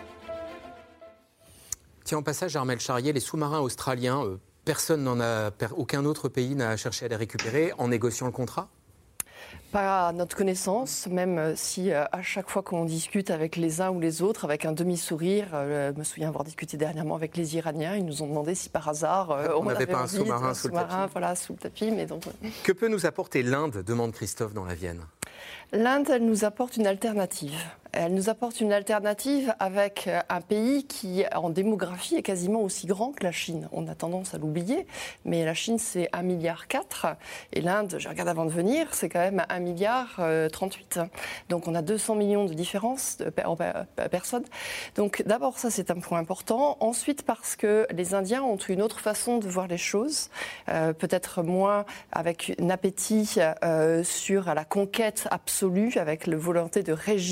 Tiens, en passage, Armelle Charrier, les sous-marins australiens, aucun autre pays n'a cherché à les récupérer en négociant le contrat ? Pas à notre connaissance, même si à chaque fois qu'on discute avec les uns ou les autres, avec un demi-sourire, je me souviens avoir discuté dernièrement avec les Iraniens, ils nous ont demandé si par hasard on n'avait pas un sous-marin sous le tapis. Voilà, sous le tapis. Mais donc... Que peut nous apporter l'Inde, demande Christophe dans la Vienne ? L'Inde, elle nous apporte une alternative. Elle nous apporte une alternative avec un pays qui, en démographie, est quasiment aussi grand que la Chine. On a tendance à l'oublier, mais la Chine, c'est 1,4 milliard. Et l'Inde, je regarde avant de venir, c'est quand même 1,38 milliard. Donc on a 200 millions de différence de personnes. Donc d'abord, ça, c'est un point important. Ensuite, parce que les Indiens ont une autre façon de voir les choses, peut-être moins avec un appétit sur la conquête absolue, avec la volonté de régir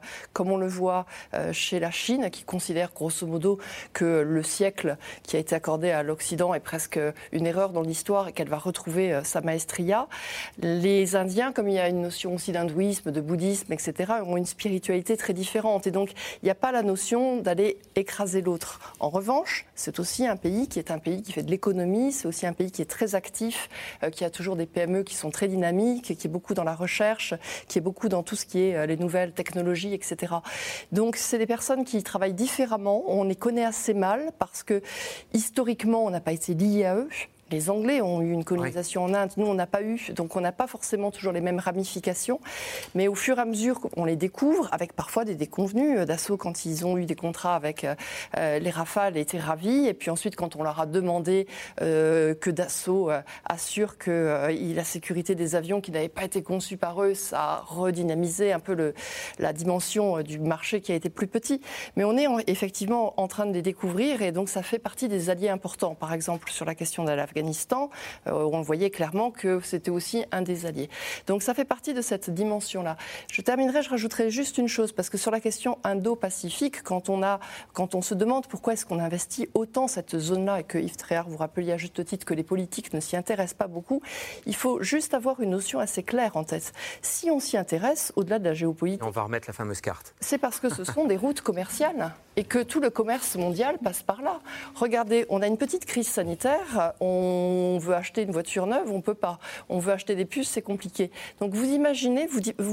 comme on le voit chez la Chine, qui considère grosso modo que le siècle qui a été accordé à l'Occident est presque une erreur dans l'histoire et qu'elle va retrouver sa maestria. Les Indiens, comme il y a une notion aussi d'hindouisme, de bouddhisme, etc., ont une spiritualité très différente. Et donc, il n'y a pas la notion d'aller écraser l'autre. En revanche, c'est aussi un pays qui fait de l'économie, c'est aussi un pays qui est très actif, qui a toujours des PME qui sont très dynamiques, qui est beaucoup dans la recherche, qui est beaucoup dans tout ce qui est les nouvelles technologies, etc. Donc, c'est des personnes qui travaillent différemment. On les connaît assez mal parce que, historiquement, on n'a pas été liés à eux. Les Anglais ont eu une colonisation en Inde, nous on n'a pas eu, donc on n'a pas forcément toujours les mêmes ramifications, mais au fur et à mesure qu'on les découvre, avec parfois des déconvenus, Dassault quand ils ont eu des contrats avec les Rafales étaient ravis, et puis ensuite quand on leur a demandé que Dassault assure que la sécurité des avions qui n'avaient pas été conçus par eux, ça a redynamisé un peu la dimension du marché qui a été plus petit, mais on est effectivement en train de les découvrir, et donc ça fait partie des alliés importants, par exemple sur la question de l'Afghanistan, on voyait clairement que c'était aussi un des alliés. Donc ça fait partie de cette dimension-là. Je rajouterai juste une chose, parce que sur la question Indo-Pacifique, quand on se demande pourquoi est-ce qu'on investit autant cette zone-là, et que Yves Tréhard, vous rappeliez à juste titre que les politiques ne s'y intéressent pas beaucoup, il faut juste avoir une notion assez claire en tête. Si on s'y intéresse, au-delà de la géopolitique... On va remettre la fameuse carte. C'est parce que ce sont des routes commerciales et que tout le commerce mondial passe par là. Regardez, on a une petite crise sanitaire, on veut acheter une voiture neuve, on ne peut pas. On veut acheter des puces, c'est compliqué. Donc vous imaginez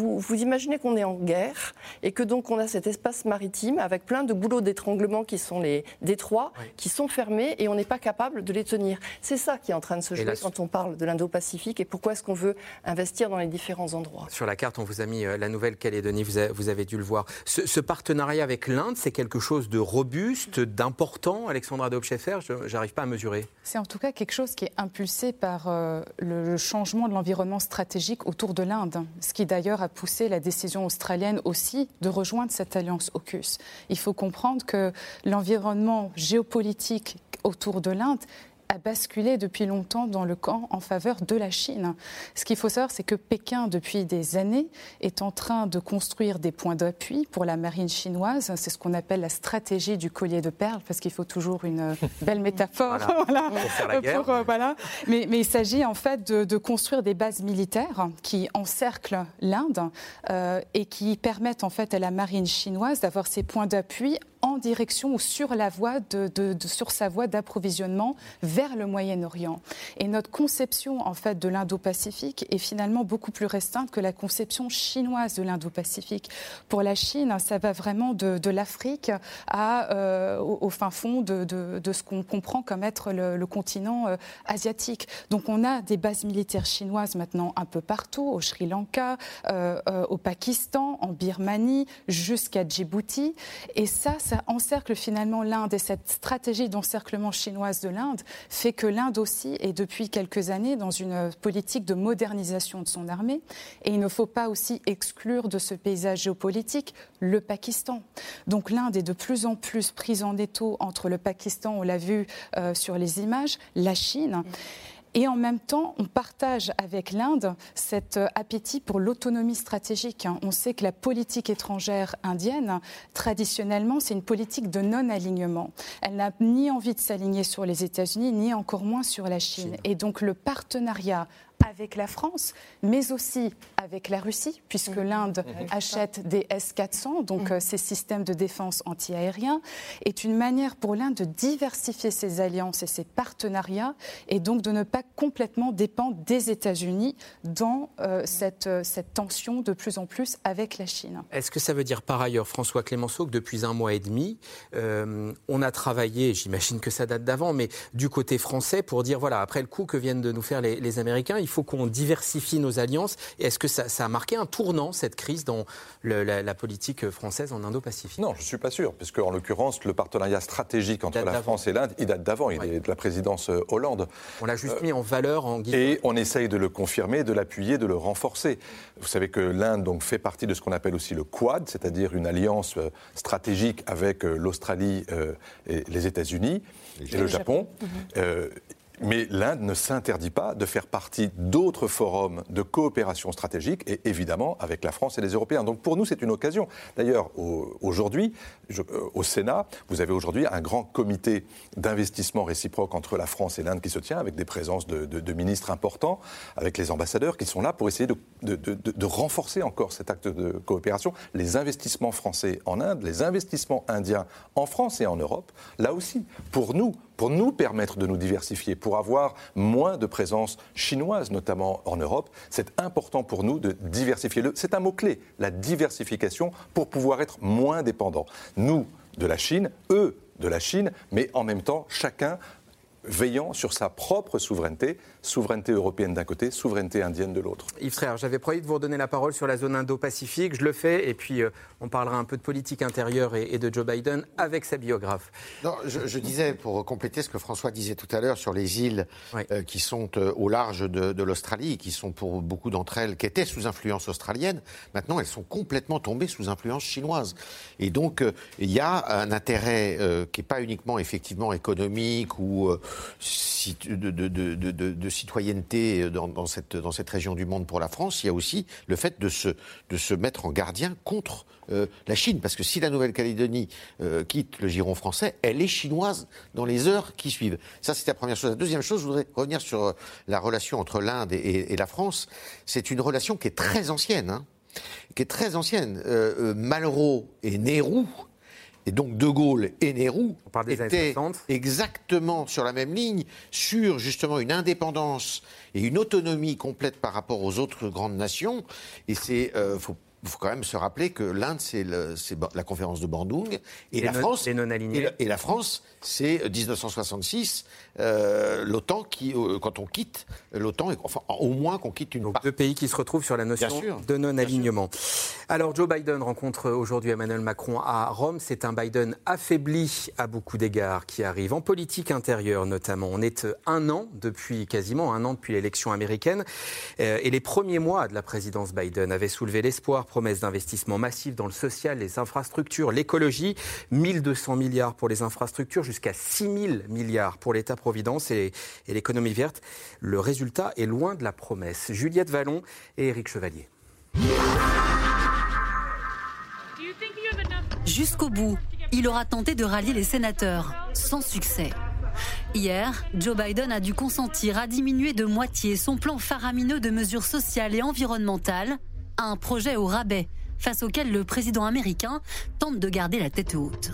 qu'on est en guerre et que donc on a cet espace maritime avec plein de goulots d'étranglement qui sont les détroits, qui sont fermés et on n'est pas capable de les tenir. C'est ça qui est en train de se jouer quand on parle de l'Indo-Pacifique et pourquoi est-ce qu'on veut investir dans les différents endroits. Sur la carte, on vous a mis la Nouvelle-Calédonie, vous avez dû le voir. Ce partenariat avec l'Inde, c'est quelque chose de robuste, d'important, Alexandra Daubscheffer, je n'arrive pas à mesurer. C'est en tout cas quelque chose qui est impulsé par le changement de l'environnement stratégique autour de l'Inde, ce qui d'ailleurs a poussé la décision australienne aussi de rejoindre cette alliance AUKUS. Il faut comprendre que l'environnement géopolitique autour de l'Inde a basculé depuis longtemps dans le camp en faveur de la Chine. Ce qu'il faut savoir, c'est que Pékin, depuis des années, est en train de construire des points d'appui pour la marine chinoise. C'est ce qu'on appelle la stratégie du collier de perles, parce qu'il faut toujours une belle métaphore. Voilà. Pour faire la guerre. Mais il s'agit en fait de construire des bases militaires qui encerclent l'Inde et qui permettent en fait à la marine chinoise d'avoir ses points d'appui en direction ou sur sa voie d'approvisionnement vers le Moyen-Orient. Et notre conception en fait de l'Indo-Pacifique est finalement beaucoup plus restreinte que la conception chinoise de l'Indo-Pacifique. Pour la Chine, ça va vraiment de l'Afrique au fin fond de ce qu'on comprend comme être le continent asiatique. Donc on a des bases militaires chinoises maintenant un peu partout, au Sri Lanka, au Pakistan, en Birmanie, jusqu'à Djibouti. Et ça encercle finalement l'Inde, et cette stratégie d'encerclement chinoise de l'Inde fait que l'Inde aussi est depuis quelques années dans une politique de modernisation de son armée. Et il ne faut pas aussi exclure de ce paysage géopolitique le Pakistan. Donc l'Inde est de plus en plus prise en étau entre le Pakistan, on l'a vu sur les images, la Chine. Et en même temps, on partage avec l'Inde cet appétit pour l'autonomie stratégique. On sait que la politique étrangère indienne, traditionnellement, c'est une politique de non-alignement. Elle n'a ni envie de s'aligner sur les États-Unis, ni encore moins sur la Chine. Et donc le partenariat avec la France, mais aussi avec la Russie, puisque l'Inde achète des S-400, donc ces systèmes de défense anti-aériens, est une manière pour l'Inde de diversifier ses alliances et ses partenariats, et donc de ne pas complètement dépendre des États-Unis dans cette tension de plus en plus avec la Chine. Est-ce que ça veut dire par ailleurs, François Clémenceau, que depuis 1 mois et demi, on a travaillé, j'imagine que ça date d'avant, mais du côté français pour dire, voilà, après le coup que viennent de nous faire les Américains, il faut qu'on diversifie nos alliances. Et est-ce que ça a marqué un tournant, cette crise, dans la politique française en Indo-Pacifique ? Non, je ne suis pas sûr, parce qu'en l'occurrence, le partenariat stratégique entre la France et l'Inde, il date d'avant, il est de la présidence Hollande. On l'a juste mis en valeur en guise. Et on essaye de le confirmer, de l'appuyer, de le renforcer. Vous savez que l'Inde donc, fait partie de ce qu'on appelle aussi le Quad, c'est-à-dire une alliance stratégique avec l'Australie et les États-Unis et le Japon. Mais l'Inde ne s'interdit pas de faire partie d'autres forums de coopération stratégique et évidemment avec la France et les Européens. Donc pour nous, c'est une occasion. D'ailleurs, aujourd'hui, au Sénat, vous avez aujourd'hui un grand comité d'investissement réciproque entre la France et l'Inde qui se tient avec des présences de ministres importants, avec les ambassadeurs qui sont là pour essayer de renforcer encore cet acte de coopération. Les investissements français en Inde, les investissements indiens en France et en Europe, là aussi, pour nous permettre de nous diversifier, pour avoir moins de présence chinoise, notamment en Europe, c'est important pour nous de diversifier. C'est un mot-clé, la diversification, pour pouvoir être moins dépendants. Nous, de la Chine, eux, de la Chine, mais en même temps, chacun veillant sur sa propre souveraineté, souveraineté européenne d'un côté, souveraineté indienne de l'autre. Yves Tréhard, j'avais promis de vous redonner la parole sur la zone Indo-Pacifique, je le fais, et puis on parlera un peu de politique intérieure et de Joe Biden avec sa biographe. Non, je disais, pour compléter ce que François disait tout à l'heure sur les îles qui sont au large de l'Australie, qui sont pour beaucoup d'entre elles, qui étaient sous influence australienne, maintenant elles sont complètement tombées sous influence chinoise. Et donc, il y a un intérêt qui n'est pas uniquement effectivement économique ou de citoyenneté dans cette région du monde pour la France, il y a aussi le fait de se mettre en gardien contre la Chine. Parce que si la Nouvelle-Calédonie quitte le giron français, elle est chinoise dans les heures qui suivent. Ça, c'est la première chose. La deuxième chose, je voudrais revenir sur la relation entre l'Inde et la France. C'est une relation qui est très ancienne. Malraux et Nehru, et donc De Gaulle et Nehru étaient exactement sur la même ligne, sur justement une indépendance et une autonomie complète par rapport aux autres grandes nations. Et faut quand même se rappeler que l'Inde, c'est la conférence de Bandung, et la France, c'est 1966, l'OTAN quand on quitte l'OTAN, enfin au moins qu'on quitte une partie. Deux pays qui se retrouvent sur la notion de non-alignement. Alors Joe Biden rencontre aujourd'hui Emmanuel Macron à Rome. C'est un Biden affaibli à beaucoup d'égards qui arrive, en politique intérieure notamment. On est quasiment un an depuis l'élection américaine, et les premiers mois de la présidence Biden avaient soulevé l'espoir, promesse d'investissement massif dans le social, les infrastructures, l'écologie, 1200 milliards pour les infrastructures, jusqu'à 6000 milliards pour l'État-providence et l'économie verte. Le résultat est loin de la promesse. Juliette Vallon et Éric Chevalier. Jusqu'au bout, il aura tenté de rallier les sénateurs, sans succès. Hier, Joe Biden a dû consentir à diminuer de moitié son plan faramineux de mesures sociales et environnementales, un projet au rabais, face auquel le président américain tente de garder la tête haute.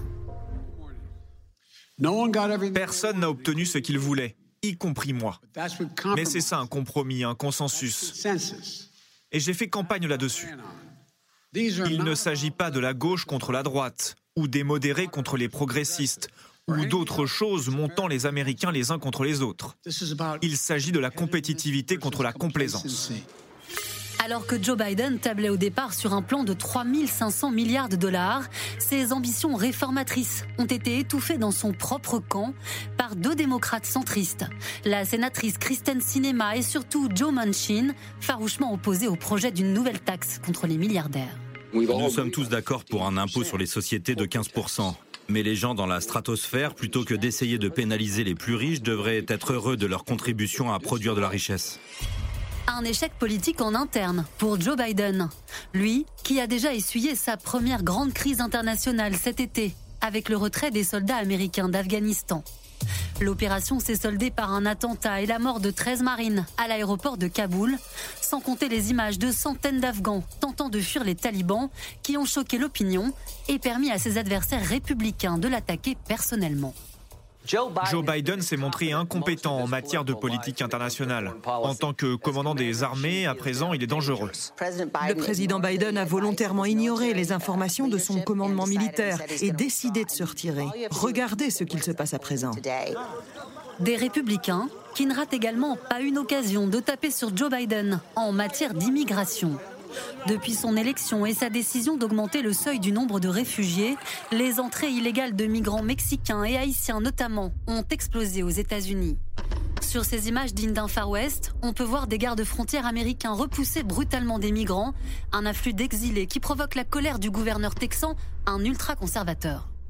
Personne n'a obtenu ce qu'il voulait, y compris moi. Mais c'est ça un compromis, un consensus. Et j'ai fait campagne là-dessus. Il ne s'agit pas de la gauche contre la droite, ou des modérés contre les progressistes, ou d'autres choses montant les Américains les uns contre les autres. Il s'agit de la compétitivité contre la complaisance. Alors que Joe Biden tablait au départ sur un plan de 3 500 milliards de dollars, ses ambitions réformatrices ont été étouffées dans son propre camp par deux démocrates centristes, la sénatrice Kristen Sinema et surtout Joe Manchin, farouchement opposés au projet d'une nouvelle taxe contre les milliardaires. Nous sommes tous d'accord pour un impôt sur les sociétés de 15%. Mais les gens dans la stratosphère, plutôt que d'essayer de pénaliser les plus riches, devraient être heureux de leur contribution à produire de la richesse. Un échec politique en interne pour Joe Biden. Lui, qui a déjà essuyé sa première grande crise internationale cet été, avec le retrait des soldats américains d'Afghanistan. L'opération s'est soldée par un attentat et la mort de 13 marines à l'aéroport de Kaboul, sans compter les images de centaines d'Afghans tentant de fuir les talibans qui ont choqué l'opinion et permis à ses adversaires républicains de l'attaquer personnellement. Joe Biden s'est montré incompétent en matière de politique internationale. En tant que commandant des armées, à présent, il est dangereux. Le président Biden a volontairement ignoré les informations de son commandement militaire et décidé de se retirer. Regardez ce qu'il se passe à présent. Des républicains qui ne ratent également pas une occasion de taper sur Joe Biden en matière d'immigration. Depuis son élection et sa décision d'augmenter le seuil du nombre de réfugiés, les entrées illégales de migrants mexicains et haïtiens notamment ont explosé aux États-Unis. Sur ces images dignes d'un Far West, on peut voir des gardes-frontières américains repousser brutalement des migrants, un afflux d'exilés qui provoque la colère du gouverneur texan, un ultra-conservateur.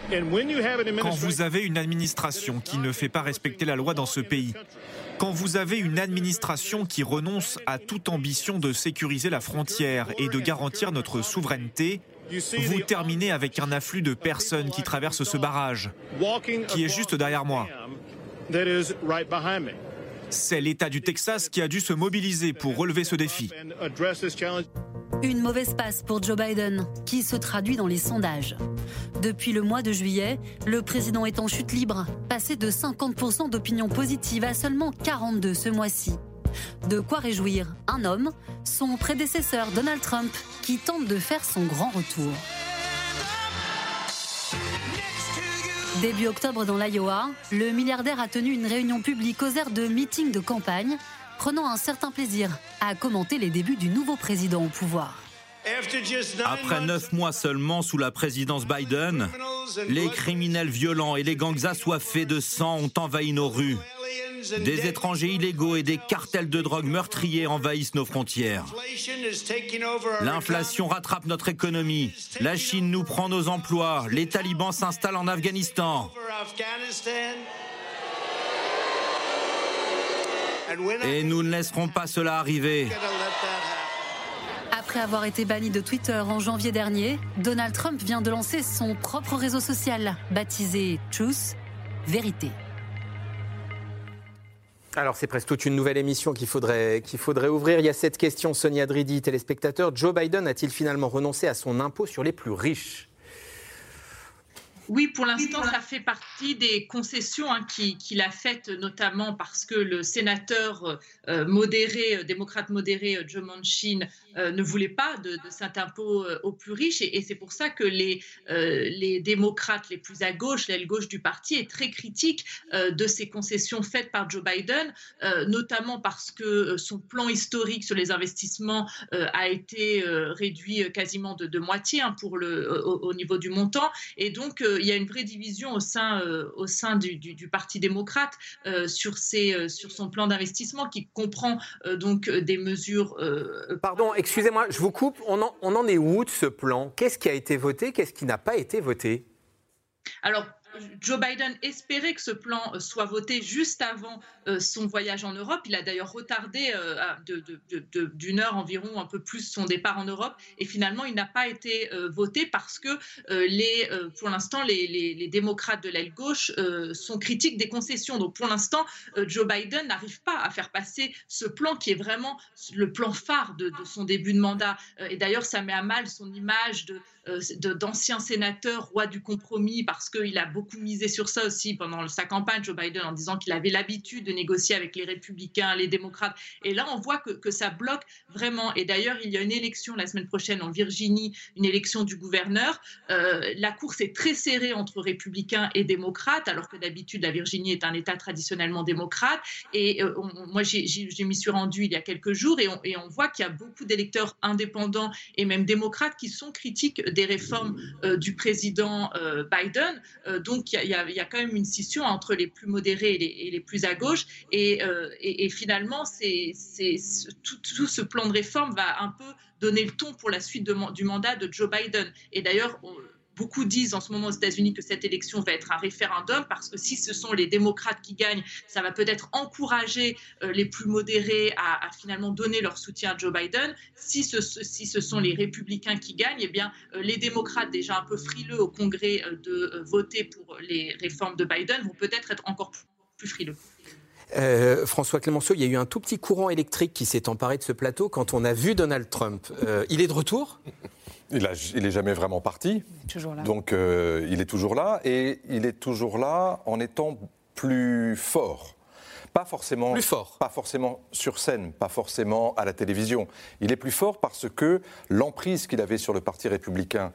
Quand vous avez une administration qui ne fait pas respecter la loi dans ce pays, quand vous avez une administration qui renonce à toute ambition de sécuriser la frontière et de garantir notre souveraineté, vous terminez avec un afflux de personnes qui traversent ce barrage, qui est juste derrière moi. C'est l'État du Texas qui a dû se mobiliser pour relever ce défi. Une mauvaise passe pour Joe Biden, qui se traduit dans les sondages. Depuis le mois de juillet, le président est en chute libre, passé de 50% d'opinion positive à seulement 42% ce mois-ci. De quoi réjouir un homme, son prédécesseur Donald Trump, qui tente de faire son grand retour. Début octobre dans l'Iowa, le milliardaire a tenu une réunion publique aux airs de meeting de campagne, prenant un certain plaisir à commenter les débuts du nouveau président au pouvoir. Après 9 mois seulement sous la présidence Biden, les criminels violents et les gangs assoiffés de sang ont envahi nos rues. Des étrangers illégaux et des cartels de drogue meurtriers envahissent nos frontières. L'inflation rattrape notre économie. La Chine nous prend nos emplois. Les talibans s'installent en Afghanistan. Et nous ne laisserons pas cela arriver. Après avoir été banni de Twitter en janvier dernier, Donald Trump vient de lancer son propre réseau social, baptisé Truth, Vérité. Alors c'est presque toute une nouvelle émission qu'il faudrait ouvrir. Il y a cette question, Sonia Dridi, téléspectateur. Joe Biden a-t-il finalement renoncé à son impôt sur les plus riches ? Oui, pour l'instant, ça fait partie des concessions qu'il a faites, notamment parce que le sénateur démocrate modéré Joe Manchin ne voulait pas de cet impôt aux plus riches. Et c'est pour ça que les démocrates les plus à gauche, l'aile gauche du parti, est très critique de ces concessions faites par Joe Biden, notamment parce que son plan historique sur les investissements a été réduit quasiment de moitié au niveau du montant. Et donc, il y a une vraie division au sein du Parti démocrate sur son plan d'investissement qui comprend donc des mesures... Pardon, excusez-moi, je vous coupe. On en est où de ce plan ? Qu'est-ce qui a été voté ? Qu'est-ce qui n'a pas été voté ? Alors, Joe Biden espérait que ce plan soit voté juste avant son voyage en Europe. Il a d'ailleurs retardé d'une heure environ, un peu plus, son départ en Europe. Et finalement, il n'a pas été voté parce que pour l'instant, les démocrates de l'aile gauche sont critiques des concessions. Donc pour l'instant, Joe Biden n'arrive pas à faire passer ce plan qui est vraiment le plan phare de son début de mandat. Et d'ailleurs, ça met à mal son image d'ancien sénateur roi du compromis, parce qu'il a beaucoup misé sur ça aussi pendant sa campagne, Joe Biden, en disant qu'il avait l'habitude de négocier avec les républicains, les démocrates. Et là, on voit que ça bloque vraiment. Et d'ailleurs, il y a une élection la semaine prochaine en Virginie, une élection du gouverneur. La course est très serrée entre républicains et démocrates, alors que d'habitude, la Virginie est un État traditionnellement démocrate. Et moi, j'y m'y suis rendue il y a quelques jours, et on voit qu'il y a beaucoup d'électeurs indépendants et même démocrates qui sont critiques des réformes du président Biden. Donc, il y a quand même une scission entre les plus modérés et les plus à gauche. Et finalement, tout ce plan de réforme va un peu donner le ton pour la suite du mandat de Joe Biden. Et d'ailleurs, beaucoup disent en ce moment aux États-Unis que cette élection va être un référendum, parce que si ce sont les démocrates qui gagnent, ça va peut-être encourager les plus modérés à finalement donner leur soutien à Joe Biden. Si ce sont les républicains qui gagnent, eh bien, les démocrates, déjà un peu frileux au Congrès de voter pour les réformes de Biden, vont peut-être être encore plus frileux. François Clemenceau, il y a eu un tout petit courant électrique qui s'est emparé de ce plateau quand on a vu Donald Trump. Il est de retour ? Il n'est jamais vraiment parti, donc il est toujours là, et il est toujours là en étant plus fort. Pas forcément sur scène, pas forcément à la télévision. Il est plus fort parce que l'emprise qu'il avait sur le Parti républicain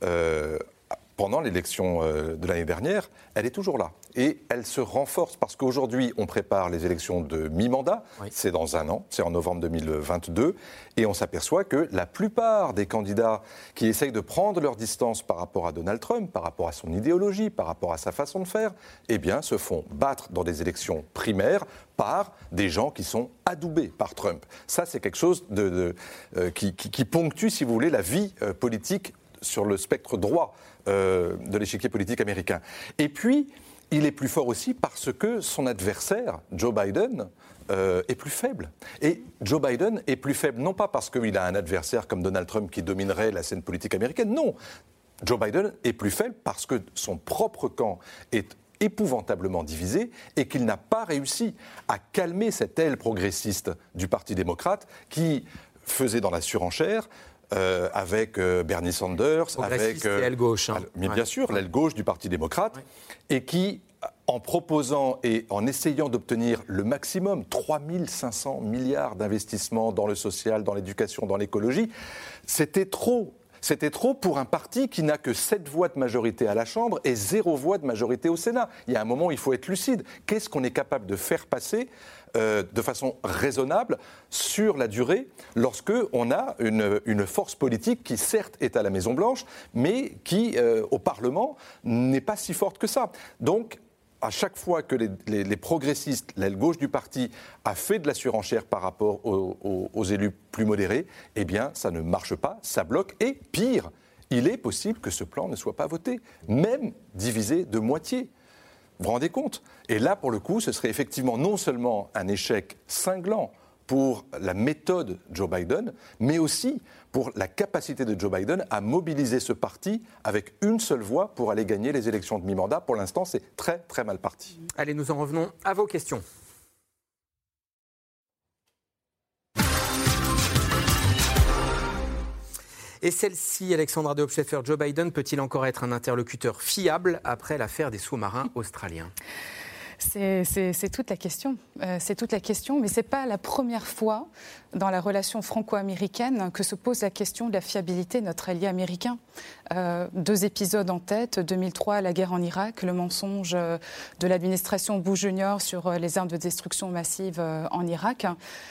pendant l'élection de l'année dernière, elle est toujours là. Et elle se renforce parce qu'aujourd'hui, on prépare les élections de mi-mandat. Oui. C'est dans un an, c'est en novembre 2022. Et on s'aperçoit que la plupart des candidats qui essayent de prendre leur distance par rapport à Donald Trump, par rapport à son idéologie, par rapport à sa façon de faire, eh bien, se font battre dans des élections primaires par des gens qui sont adoubés par Trump. Ça, c'est quelque chose qui ponctue, si vous voulez, la vie politique sur le spectre droit de l'échiquier politique américain. Et puis, il est plus fort aussi parce que son adversaire, Joe Biden, est plus faible. Et Joe Biden est plus faible non pas parce qu'il a un adversaire comme Donald Trump qui dominerait la scène politique américaine, non. Joe Biden est plus faible parce que son propre camp est épouvantablement divisé et qu'il n'a pas réussi à calmer cette aile progressiste du Parti démocrate qui faisait dans la surenchère avec Bernie Sanders, avec l'aile gauche. Mais bien sûr, l'aile gauche du Parti démocrate, et qui, en proposant et en essayant d'obtenir le maximum, 3 500 milliards d'investissements dans le social, dans l'éducation, dans l'écologie, c'était trop. C'était trop pour un parti qui n'a que 7 voix de majorité à la Chambre et 0 voix de majorité au Sénat. Il y a un moment où il faut être lucide. Qu'est-ce qu'on est capable de faire passer de façon raisonnable sur la durée lorsqu'on a une force politique qui certes est à la Maison-Blanche, mais qui, au Parlement, n'est pas si forte que ça. Donc, à chaque fois que les progressistes, l'aile gauche du parti, a fait de la surenchère par rapport aux élus plus modérés, eh bien, ça ne marche pas, ça bloque. Et pire, il est possible que ce plan ne soit pas voté, même divisé de moitié. Vous vous rendez compte ? Et là, pour le coup, ce serait effectivement non seulement un échec cinglant pour la méthode Joe Biden, mais aussi pour la capacité de Joe Biden à mobiliser ce parti avec une seule voix pour aller gagner les élections de mi-mandat. Pour l'instant, c'est très, très mal parti. Allez, nous en revenons à vos questions. Et celle-ci, Alexandra de Hopscheffer, Joe Biden peut-il encore être un interlocuteur fiable après l'affaire des sous-marins australiens ? C'est toute la question. C'est toute la question, mais ce n'est pas la première fois dans la relation franco-américaine que se pose la question de la fiabilité de notre allié américain. 2 épisodes en tête, 2003, la guerre en Irak, le mensonge de l'administration Bush Junior sur les armes de destruction massive en Irak.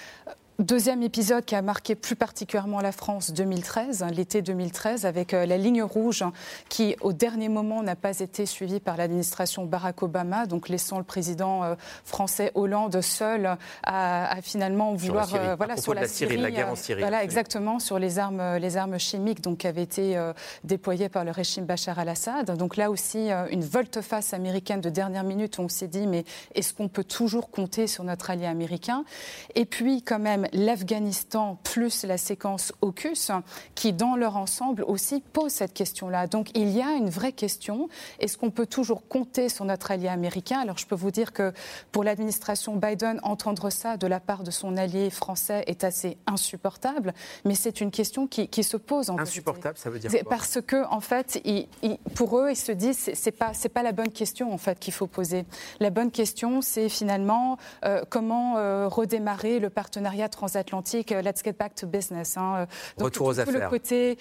Deuxième épisode qui a marqué plus particulièrement la France, 2013, l'été 2013, avec la ligne rouge qui, au dernier moment, n'a pas été suivie par l'administration Barack Obama, donc laissant le président français Hollande seul à finalement vouloir... sur la Syrie, la guerre en Syrie. Voilà, exactement, sur les armes chimiques donc, qui avaient été déployées par le régime Bachar al-Assad. Donc là aussi, une volte-face américaine de dernière minute où on s'est dit, mais est-ce qu'on peut toujours compter sur notre allié américain ? Et puis, quand même, l'Afghanistan plus la séquence AUKUS qui, dans leur ensemble, aussi pose cette question-là. Donc, il y a une vraie question. Est-ce qu'on peut toujours compter sur notre allié américain ? Alors, je peux vous dire que pour l'administration Biden, entendre ça de la part de son allié français est assez insupportable, mais c'est une question qui se pose. Insupportable, ça veut dire quoi ? Parce que, en fait, pour eux, ils se disent c'est pas la bonne question, en fait, qu'il faut poser. La bonne question, c'est finalement comment redémarrer le partenariat transatlantique, let's get back to business. Donc, retour aux affaires. Le côté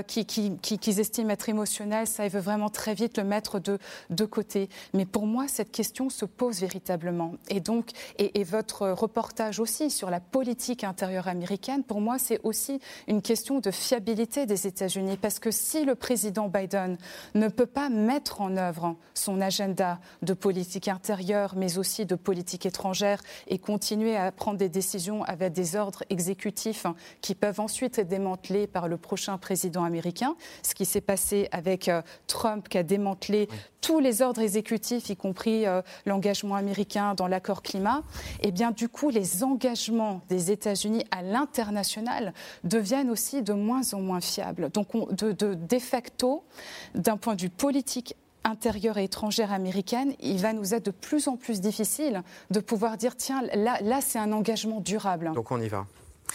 qu'ils estiment être émotionnel, ça, ils veulent vraiment très vite le mettre de côté. Mais pour moi, cette question se pose véritablement. Et donc, et votre reportage aussi sur la politique intérieure américaine, pour moi, c'est aussi une question de fiabilité des États-Unis. Parce que si le président Biden ne peut pas mettre en œuvre son agenda de politique intérieure, mais aussi de politique étrangère, et continuer à prendre des décisions avec des ordres exécutifs qui peuvent ensuite être démantelés par le prochain président américain. Ce qui s'est passé avec Trump qui a démantelé tous les ordres exécutifs, y compris l'engagement américain dans l'accord climat. Et bien du coup, les engagements des États-Unis à l'international deviennent aussi de moins en moins fiables. Donc de facto, d'un point de vue politique intérieure et étrangère américaine, il va nous être de plus en plus difficile de pouvoir dire tiens, là c'est un engagement durable. Donc on y va.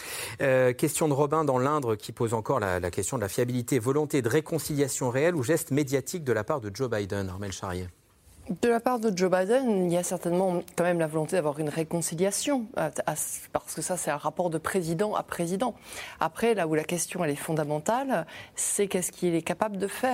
Question de Robin dans l'Indre qui pose encore la question de la fiabilité, volonté de réconciliation réelle ou geste médiatique de la part de Joe Biden, Armelle Charrier. De la part de Joe Biden, il y a certainement quand même la volonté d'avoir une réconciliation, parce que ça, c'est un rapport de président à président. Après, là où la question elle est fondamentale, c'est qu'est-ce qu'il est capable de faire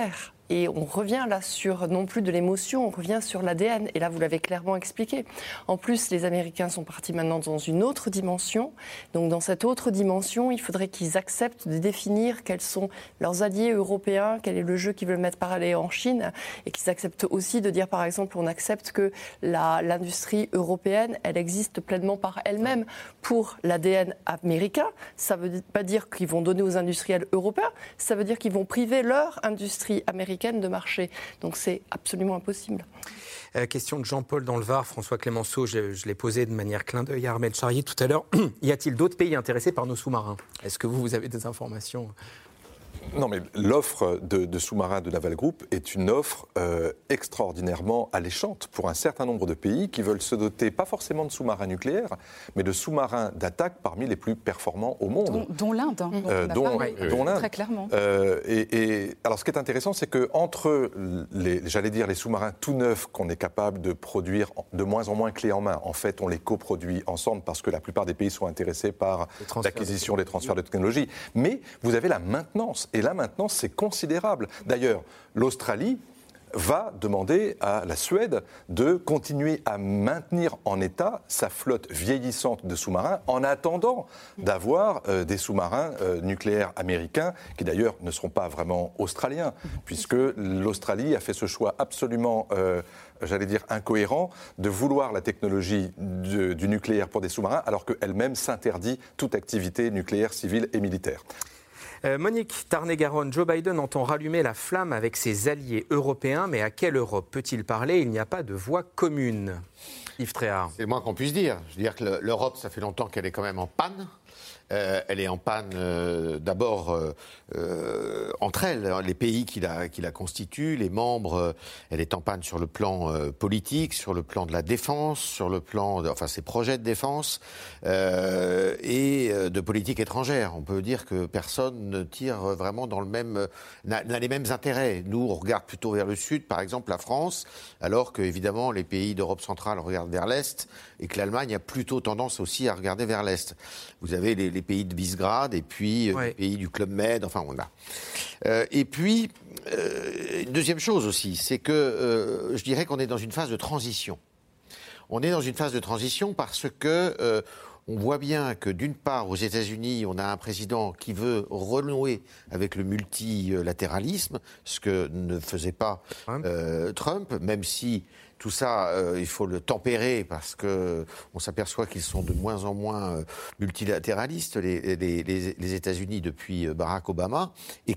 Et on revient là sur, non plus de l'émotion, on revient sur l'ADN. Et là, vous l'avez clairement expliqué. En plus, les Américains sont partis maintenant dans une autre dimension. Donc dans cette autre dimension, il faudrait qu'ils acceptent de définir quels sont leurs alliés européens, quel est le jeu qu'ils veulent mettre parallèle en Chine, et qu'ils acceptent aussi de dire, par exemple, on accepte que l'industrie européenne, elle existe pleinement par elle-même pour l'ADN américain. Ça ne veut pas dire qu'ils vont donner aux industriels européens, ça veut dire qu'ils vont priver leur industrie américaine de marché. Donc c'est absolument impossible. Question de Jean-Paul dans le Var, François Clémenceau, je l'ai posé de manière clin d'œil à Ahmed Charrier tout à l'heure. Y a-t-il d'autres pays intéressés par nos sous-marins ? Est-ce que vous avez des informations ? Non, mais l'offre de sous-marins de Naval Group est une offre extraordinairement alléchante pour un certain nombre de pays qui veulent se doter, pas forcément de sous-marins nucléaires, mais de sous-marins d'attaque parmi les plus performants au monde. Dont l'Inde, dont l'Inde. Très clairement. Alors, ce qui est intéressant, c'est qu'entre les sous-marins tout neufs qu'on est capable de produire de moins en moins clés en main, en fait, on les coproduit ensemble parce que la plupart des pays sont intéressés par l'acquisition des transferts de technologie. Mais vous avez la maintenance. Et la maintenance, c'est considérable. D'ailleurs, l'Australie va demander à la Suède de continuer à maintenir en état sa flotte vieillissante de sous-marins en attendant d'avoir des sous-marins nucléaires américains qui d'ailleurs ne seront pas vraiment australiens puisque l'Australie a fait ce choix absolument incohérent de vouloir la technologie du nucléaire pour des sous-marins alors qu'elle-même s'interdit toute activité nucléaire civile et militaire. Monique Tarn-et-Garonne, Joe Biden entend rallumer la flamme avec ses alliés européens, mais à quelle Europe peut-il parler ? Il n'y a pas de voix commune. Yves Tréhard. C'est le moins qu'on puisse dire. Je veux dire que l'Europe, ça fait longtemps qu'elle est quand même en panne. Elle est en panne d'abord entre elles, les pays qui la constituent, les membres. Elle est en panne sur le plan politique, sur le plan de la défense, sur le plan, ses projets de défense et de politique étrangère. On peut dire que personne ne tire vraiment dans le même, n'a les mêmes intérêts. Nous, on regarde plutôt vers le sud, par exemple la France, alors que évidemment les pays d'Europe centrale regardent vers l'est et que l'Allemagne a plutôt tendance aussi à regarder vers l'est. Vous avez les pays de Visegrad et puis les pays du Club Med, enfin on a. Et puis, une deuxième chose aussi, c'est que je dirais qu'on est dans une phase de transition. On est dans une phase de transition parce que on voit bien que d'une part, aux États-Unis, on a un président qui veut renouer avec le multilatéralisme, ce que ne faisait pas Trump, même si tout ça, il faut le tempérer parce qu'on s'aperçoit qu'ils sont de moins en moins multilatéralistes, les États-Unis, depuis Barack Obama. Et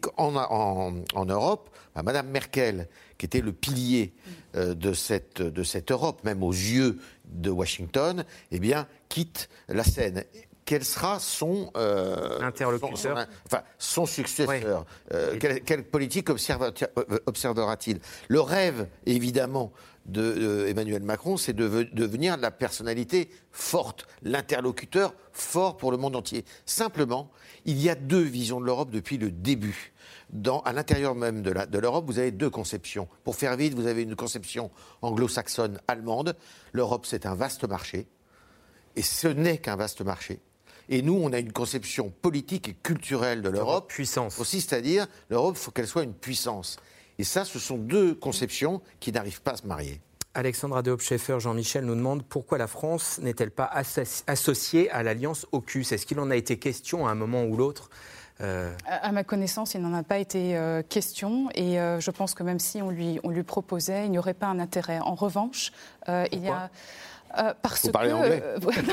en Europe, Madame Merkel, qui était le pilier de cette Europe, même aux yeux de Washington, quitte la scène. Quel sera son interlocuteur, son successeur? Quelle politique observera-t-il? Le rêve, évidemment, de Emmanuel Macron, c'est de devenir la personnalité forte, l'interlocuteur fort pour le monde entier. Simplement, il y a deux visions de l'Europe depuis le début. À l'intérieur même de l'Europe, vous avez deux conceptions. Pour faire vite, vous avez une conception anglo-saxonne allemande. L'Europe, c'est un vaste marché. Et ce n'est qu'un vaste marché. Et nous, on a une conception politique et culturelle de l'Europe. Puissance. Aussi, c'est-à-dire, l'Europe, il faut qu'elle soit une puissance. Et ça, ce sont deux conceptions qui n'arrivent pas à se marier. Alexandra de Hopscheffer, Jean-Michel nous demande pourquoi la France n'est-elle pas associée à l'alliance AUKUS ? Est-ce qu'il en a été question à un moment ou l'autre ? À ma connaissance, il n'en a pas été question et je pense que même si on lui proposait, il n'y aurait pas un intérêt. En revanche, il y a... Vous parlez anglais ?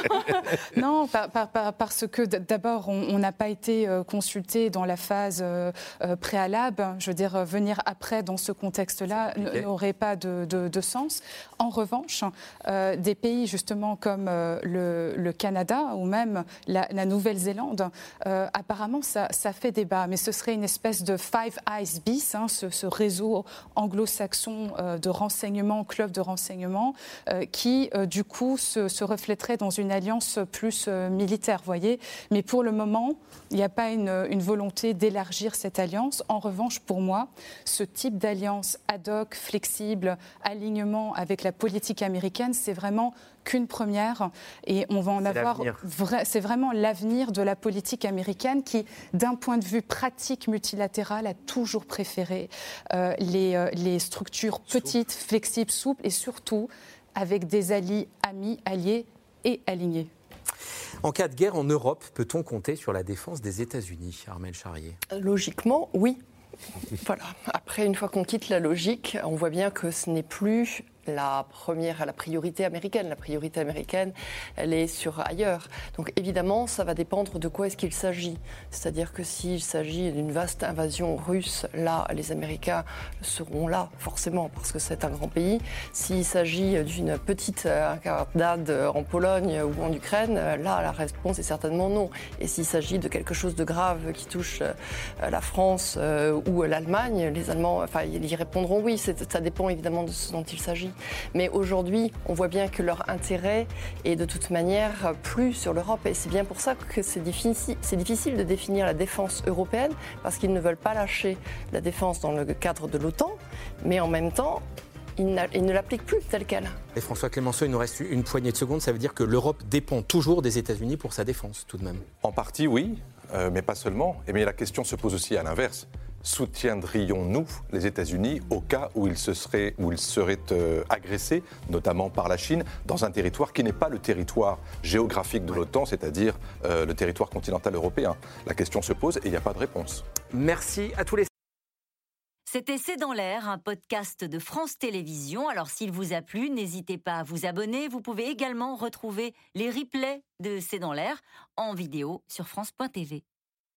Non, parce que d'abord, on n'a pas été consulté dans la phase préalable. Je veux dire, venir après dans ce contexte-là n'aurait pas de sens. En revanche, des pays justement comme le Canada ou même la Nouvelle-Zélande, apparemment, ça fait débat. Mais ce serait une espèce de Five Eyes bis, ce réseau anglo-saxon de renseignement, club de renseignement, qui, du coup, se reflèterait dans une alliance plus militaire, voyez. Mais pour le moment, il n'y a pas une volonté d'élargir cette alliance. En revanche, pour moi, ce type d'alliance ad hoc, flexible, alignement avec la politique américaine, c'est vraiment qu'une première. Et on va en avoir... C'est vraiment l'avenir de la politique américaine qui, d'un point de vue pratique multilatéral, a toujours préféré les structures petites, flexibles, souples et surtout avec des alliés et alignés. En cas de guerre en Europe, peut-on compter sur la défense des États-Unis, Armelle Charrier ? Logiquement, oui. Voilà. Après, une fois qu'on quitte la logique, on voit bien que ce n'est plus la priorité américaine. La priorité américaine, elle est sur ailleurs. Donc évidemment, ça va dépendre de quoi est-ce qu'il s'agit. C'est-à-dire que s'il s'agit d'une vaste invasion russe, là, les Américains seront là, forcément, parce que c'est un grand pays. S'il s'agit d'une petite incarnade en Pologne ou en Ukraine, là, la réponse est certainement non. Et s'il s'agit de quelque chose de grave qui touche la France ou l'Allemagne, les Allemands, ils y répondront oui. Ça dépend évidemment de ce dont il s'agit. Mais aujourd'hui, on voit bien que leur intérêt est de toute manière plus sur l'Europe. Et c'est bien pour ça que c'est difficile de définir la défense européenne, parce qu'ils ne veulent pas lâcher la défense dans le cadre de l'OTAN, mais en même temps, ils ne l'appliquent plus telle qu'elle. Et François Clémenceau, il nous reste une poignée de secondes. Ça veut dire que l'Europe dépend toujours des États-Unis pour sa défense, tout de même. En partie, oui, mais pas seulement. Mais la question se pose aussi à l'inverse. Soutiendrions-nous les États-Unis au cas où ils seraient agressés, notamment par la Chine, dans un territoire qui n'est pas le territoire géographique de l'OTAN, c'est-à-dire le territoire continental européen ? La question se pose et il n'y a pas de réponse. Merci à tous les... C'était C'est dans l'air, un podcast de France Télévisions. Alors s'il vous a plu, n'hésitez pas à vous abonner. Vous pouvez également retrouver les replays de C'est dans l'air en vidéo sur France.tv.